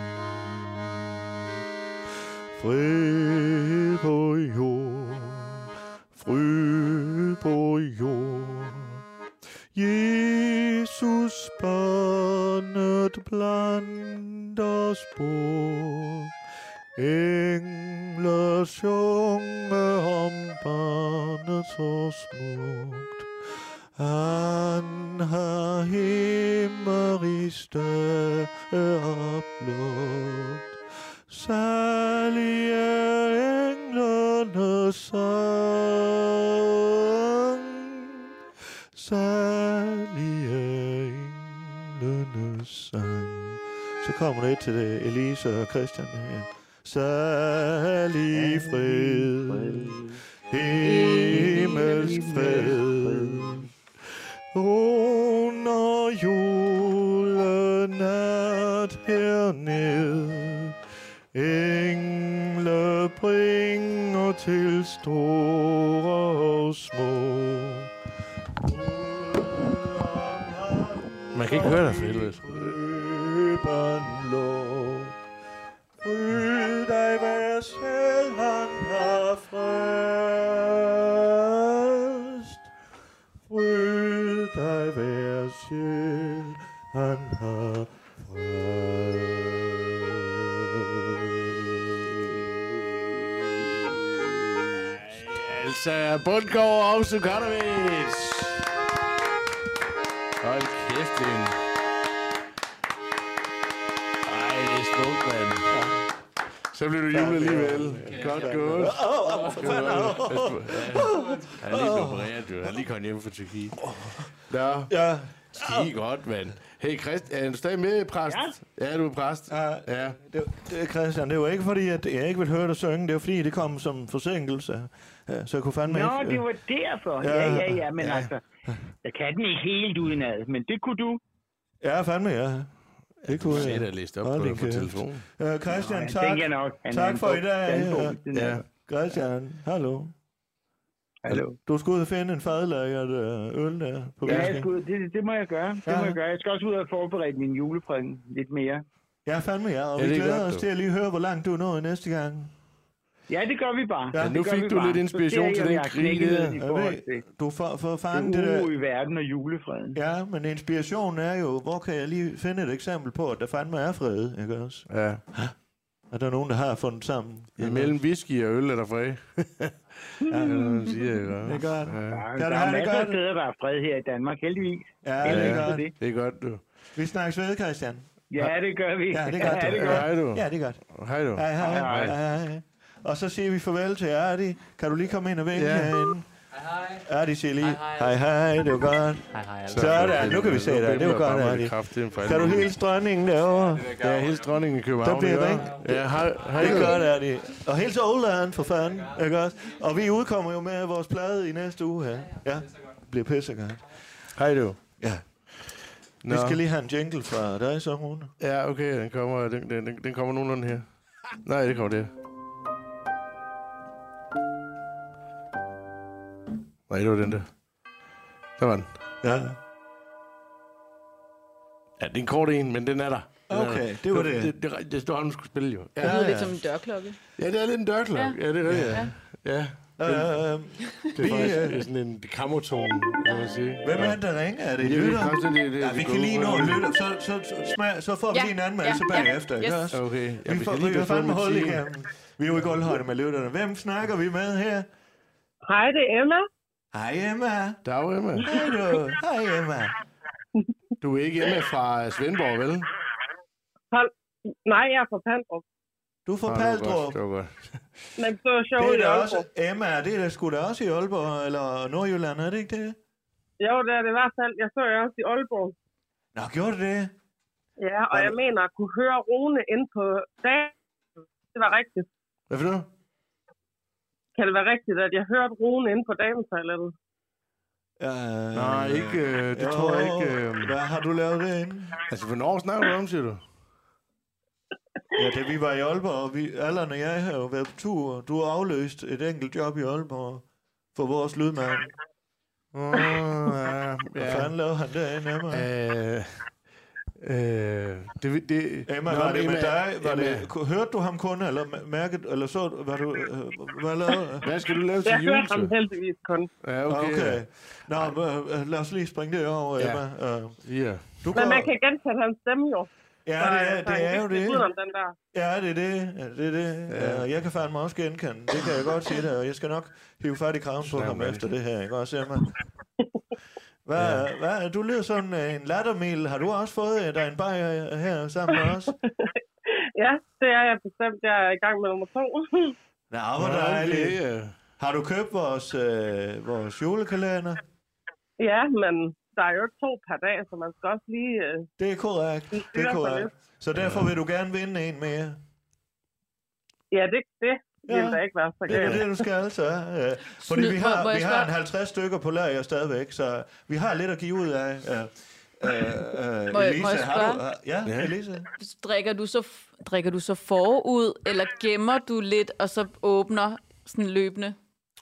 Fred på jord, fryd på jord, Jesus barnet blandt os bor. Engler synger om barnet så smukt. Han har himmerigs stær blot. Salige englenes sang. Salige englenes sang. Så kommer det til det, Elise og Christian her. Salig fred, himmelsk fred, under julenat hernede. Engle bringer til store og små. Man kan ikke høre dig for helvede. Fryd dig, hver sjæl han har frelst. Fryd dig, hver sjæl han har frelst. Altså, Bundgaard og Sukanovic. Hold kæft, det er en... Ej, det er smukt, mand. Så bliver du julet alligevel. Godt gået. Han er lige opereret, du. Han er lige kommet hjem fra Tyrkiet. Nå. Ja. Skide godt, mand. Hey, Christian, er du stadig med, præst? Ja, du er præst. Ja. Det, Christian, det var ikke fordi, at jeg ikke ville høre dig synge. Det var fordi, det kom som forsinkelse. Ja, så jeg kunne fandme ikke... Nå, det var derfor. Ja, men altså... Jeg kan den ikke helt udenad, men det kunne du. Ja, fandme, ja. Det kunne jeg. Du læst op på telefonen. Christian, tak. Tak for i dag. Ja. Christian, hallo. Hallo. Du skulle ud og finde en fadlagret øl der på ja, det må jeg gøre. Jeg skal også ud og forberede min juleprædiken lidt mere. Ja, fandme ja. Og vi glæder os til at lige høre, hvor langt du er nået næste gang. Ja, det gør vi bare. Ja, nu fik du lidt inspiration til den krig der. Du får fanget det der... i verden og julefreden. Ja, men inspirationen er jo, hvor kan jeg lige finde et eksempel på, at der fandme er fred, ikke også? Ja. Er der nogen, der har fundet sammen? Mellem whisky og øl er der fred. Ja, det siger jeg godt. Det er godt. Ja. Der er masser af steder, der er fred her i Danmark, heldigvis. Ja, det er godt. Det er godt, du. Vi snakkes ved, Christian. Ja, det gør vi. Ja, det er godt. Hej du. Ja, det er godt. Hej du. Hej. Og så siger vi farvel til Ardi. Kan du lige komme ind og vente herinde? Hej. Ardi siger lige, hej, det var godt. Hej. Sådan, nu kan vi se dig. Det var godt, Ardi. Kan du hilse dronningen derovre? Ja, hilse dronningen i København. Der bliver ringt. Ja, hej. Det er godt, Ardi. Og hilse Oldland for fanden, ikke også? Og vi udkommer jo med vores plade i næste uge her. Ja, det bliver pissegodt. Hej du. Ja. Vi skal lige have en jingle fra dig, så Rune. Ja, okay, den kommer nogenlunde her. Nej, det kommer det. Nej, det var den der. Der var den. Ja. Ja, det er en kort en, men den er der. Okay, det var det. Det står, han skulle spille jo. Ja. Det lyder lidt som en dørklokke. Ja, det er lidt en dørklokke. Ja, det er rigtigt. Ja. Det er sådan en kammertone, kan man sige. Hvem er det, der ringer? Er det lytter? Ja, vi kan lige nå at lytte. Så får vi lige en anmeldelse bagefter, ikke også? Okay. Vi kan fandme holde igennem. Vi er jo i guldhøjde med lytterne. Hvem snakker vi med her? Hej, det er Emma. Hej, Emma. Dag, Emma. Hej, du. Hej, Emma. Du er ikke Emma fra Svendborg, vel? Nej, jeg er fra Pandrup. Du er fra Pandrup. Det var godt. Men så er sjovt i Aalborg. Emma, det er sgu da også i Aalborg, eller Nordjylland, er det ikke det? Jo, det er det i hvert fald. Jeg så også i Aalborg. Nå, gjorde det det? Ja, og jeg mener at kunne høre Rune ind på dagen. Det var rigtigt. Hvad for noget? Kan det være rigtigt, at jeg hørte Rune ind på dametoilettet? Nej, ikke. Det tror jeg ikke. Hvad har du lavet derinde? Altså, hvornår snakker du om, siger du? Ja, da vi var i Aalborg, og Allan og jeg har jo været på tur. Du har afløst et enkelt job i Aalborg for vores lydmand. Hvad fanden lavede han derinde, Emma? Emma, var det med dig? Hørte du ham kun, eller mærket, eller så, var du, hvad lavede? Hvad skal du lave til jul? Jeg hørte ham heldigvis kun. Ja, okay. Nå, lad os lige springe det over, Emma. Ja. Men man kan genkende hans stemme jo. Ja, det er jo det. Den der. Ja, det er det. Ja. Jeg kan fandme også genkende. Det kan jeg godt sige det, og jeg skal nok hive fat i kraven på ham efter det her, ikke også, Emma? Hvad? Du lyder sådan en lattermil. Har du også fået dig en bajer her sammen med os? Ja, det er jeg bestemt. Jeg er i gang med nummer 2. Nå, hvor dejligt. Har du købt vores julekalender? Ja, men der er jo ikke 2 per dag, så man skal også lige... Det er korrekt. Det er korrekt. Så derfor vil du gerne vinde en mere? Ja, det vil da ikke være så galt. Det er det, du skal altså. Fordi vi har en 50 stykker på lager stadigvæk, så vi har lidt at give ud af. Elise, Elise? Drikker du så forud, eller gemmer du lidt, og så åbner sådan løbende?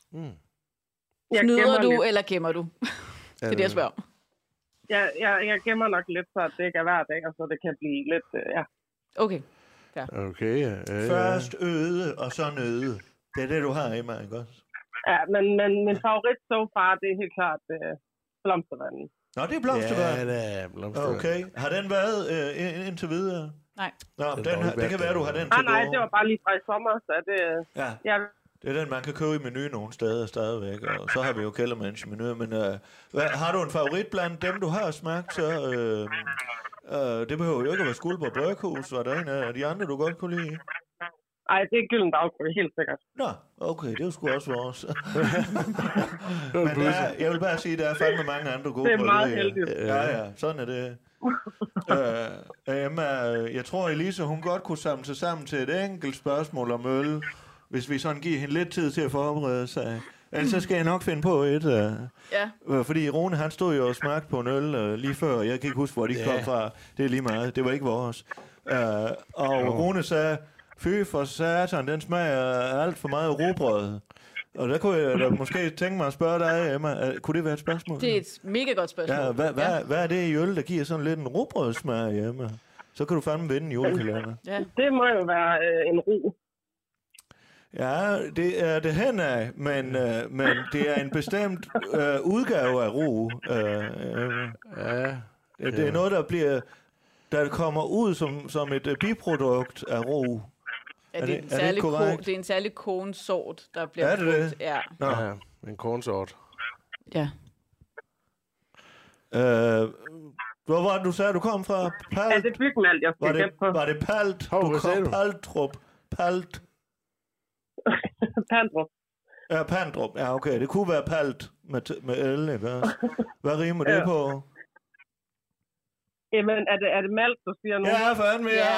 Snyder du, lidt. Eller gemmer du? Det er det, jeg spørger om. Jeg gemmer nok lidt, så det ikke er hver dag, og så det kan blive lidt, ja. Okay. Ja. Okay. Først øde, og så nøde. Det er det, du har i mig, ikke også? Ja, men min favorit so far, det er helt klart blomstervanden. Nå, det er blomstervand. Ja, det er blomstervand. Okay. Har den været indtil videre? Nej. Nå, det kan være, du har den til Nej, det var bare lige fra i sommer, så det... Ja. Det er den, man kan købe i Meny nogle steder stadigvæk, og så har vi jo Kellermanns Meny, men har du en favorit blandt dem, du har smagt, så... det behøver jo ikke at være Skuldborg Bryghus. Var der en af de andre, du godt kunne lide? Nej, det er Gyldendalsbryg, helt sikkert. Nå, okay, det er jo sgu også vores. Men jeg vil bare sige, at der er fandme mange andre gode bryggerier. Det er meget heldigt. Ja, sådan er det. Emma, jeg tror, Elise, hun godt kunne samle sig sammen til et enkelt spørgsmål om øl, hvis vi sådan giver hende lidt tid til at forberede sig. Ellers så skal jeg nok finde på et. Fordi Rune, han stod jo og smagte på en øl lige før. Jeg kan ikke huske, hvor de kom fra. Det er lige meget. Det var ikke vores. Rune sagde, fy for satan, den smager alt for meget rugbrød. Og der kunne jeg da måske tænke mig at spørge dig, Emma. Kunne det være et spørgsmål? Det er et mega godt spørgsmål. Hvad er det i øl, der giver sådan lidt en rugbrødsmag, Emma? Så kan du fandme vinde en julekalender. Ja. Det må jo være en ru. Ja, det er det hen af, men det er en bestemt udgave af ro. Det er noget, der kommer ud som et biprodukt af ro. Ja, det er en særlig kornsort, der bliver brugt. Er det det? Ja. Ja, en kornsort. Ja. Hvor var det, du sagde, du kom fra? Ja, det er bygmalt, jeg skal gætte på. Var det Palt? Du kom Paltrup. Palt. Pandrup. Ja, Pandrup. Ja, okay. Det kunne være Palt med el, ikke også? Hvad rimer det på? Jamen, er det malt, du siger nu? Ja, fandme, ja.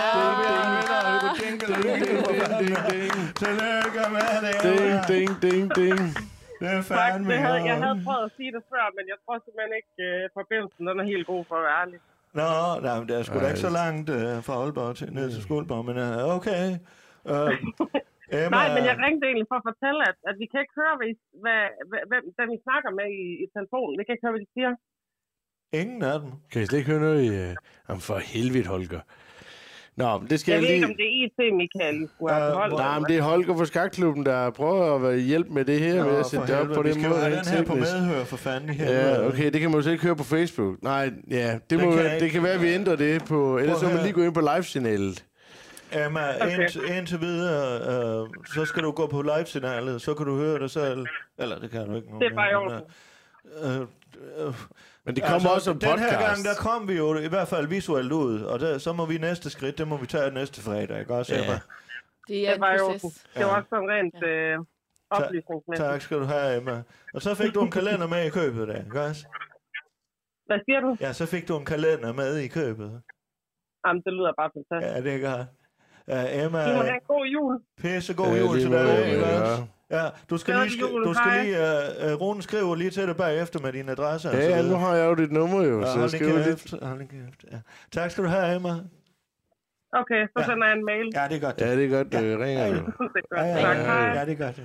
Tillykke med det. Ding. Det er fandme. Jeg havde prøvet at sige det før, men jeg tror simpelthen ikke, forbindelsen den er helt god for at være ærlig. Nå, men det er sgu da ikke så langt fra Aalborg til ned til Skuldborg, men okay. Emma... Nej, men jeg ringte egentlig for at fortælle, at vi kan ikke høre, hvem vi snakker med i telefonen. Vi kan ikke høre, hvad de siger. Ingen af dem. Kan I slet ikke høre noget om for helvede, Holger? Nå, det skal jeg ved ikke, om det er IT, Michael. Nej, men det er Holger fra Skakklubben, der prøver at hjælpe med det her, ved at sætte det op på den måde. Vi skal have den her på medhør, for fanden. Ja, okay, det kan man jo så ikke høre på Facebook. Nej, ja, det kan være, at vi ændrer det på... Ellers så må man lige gå ind på live-signalet. Emma, indtil videre, så skal du gå på live-signalet, så kan du høre dig selv. Eller det kan du ikke. Det er bare i orden. Men det kommer også som podcast. Den her gang, der kom vi jo i hvert fald visuelt ud, og så må vi næste skridt, det må vi tage næste fredag, ikke også, Emma? Det er en proces. Det var også sådan rent oplysningsmæssigt. Tak skal du have, Emma. Og så fik du en kalender med i købet der, ikke også? Hvad siger du? Ja, så fik du en kalender med i købet. Jamen, det lyder bare fantastisk. Ja, det er godt. Emma, du må have en god jul. Pisse god jul til dig, ikke også? Ja, du skal lige Rune skriver lige til dig bagefter med din adresse. Ja, nu har jeg jo dit nummer jo, så jeg skriver lidt. Ja. Tak skal du have, Emma. Okay, så sender jeg en mail. Ja, det er godt. Ja, det er godt, du ringer jo. Det er godt. Tak, hej. Ja, det er godt.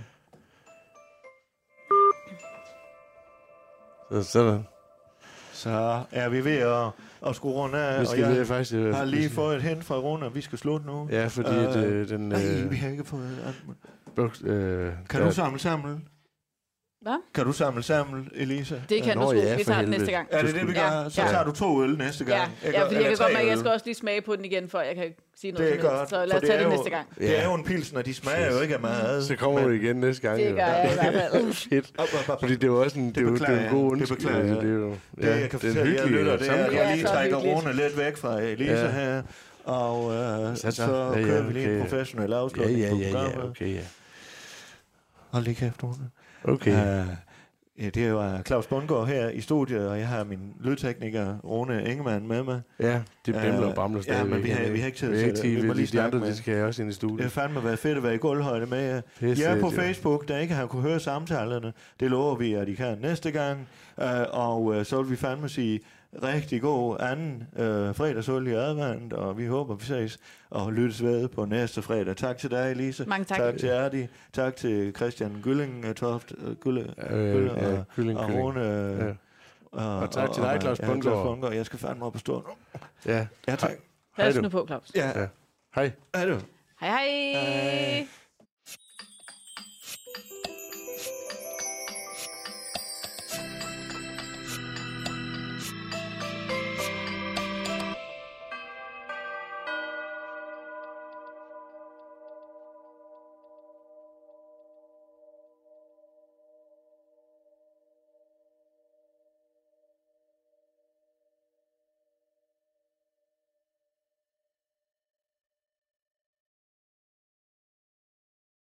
Sådan. Så er vi ved at skrue rundt af, og jeg har lige fået et hint fra Rune, og vi skal slutte nu. Ja, fordi den... Nej, vi har ikke fået... Kan du samle sammen? Hvad? Kan du samle sammen, Elisa? Det kan du sgu. Vi tager den næste gang. Er det det, vi gør? Så tager du 2 øl næste gang. Ja, fordi jeg kan godt mærke, at jeg skal også lige smage på den igen, før jeg kan sige noget. Det er godt. Så lad os tage det næste gang. Det er jo en pilsner, de smager jo ikke af meget. Så kommer du igen næste gang. Det gør jeg i hvert fald. Fedt. Fordi det er jo også en god undskyld. Det jeg kan fortælle jer lytter, det er, at jeg lige trækker Rune lidt væk fra Elisa her. Og så kører vi lige en professionel afslutning på programmet. Ja, okay, ja. Hold lige kæft, Rune. Okay. Ja, det er jo Claus Bundgaard her i studiet, og jeg har min lydtekniker, Rune Ingemann, med mig. Ja, det bimler og bamler stadigvæk. Ja, men vi har ikke tid til det. Vi må lige snakke med. De skal også ind i studiet. Det har fandme været fedt at være i gulvhøjde med jer. Jeg er på Facebook, der ikke har kunne høre samtalerne. Det lover vi, at I kan næste gang. Og så vil vi fandme sige rigtig god anden fredagsøl i advent, og vi håber, vi ses og lyttes ved på næste fredag. Tak til dig, Elise. Mange tak. Tak til Erdi. Tak til Christian Gylling-Toft. Og Rune. Og tak til dig, Claus Bundgaard. Jeg skal fandme op og stå. Ja, tak. Pas nu på, Claus. Ja. Hej. Hej du. Hej.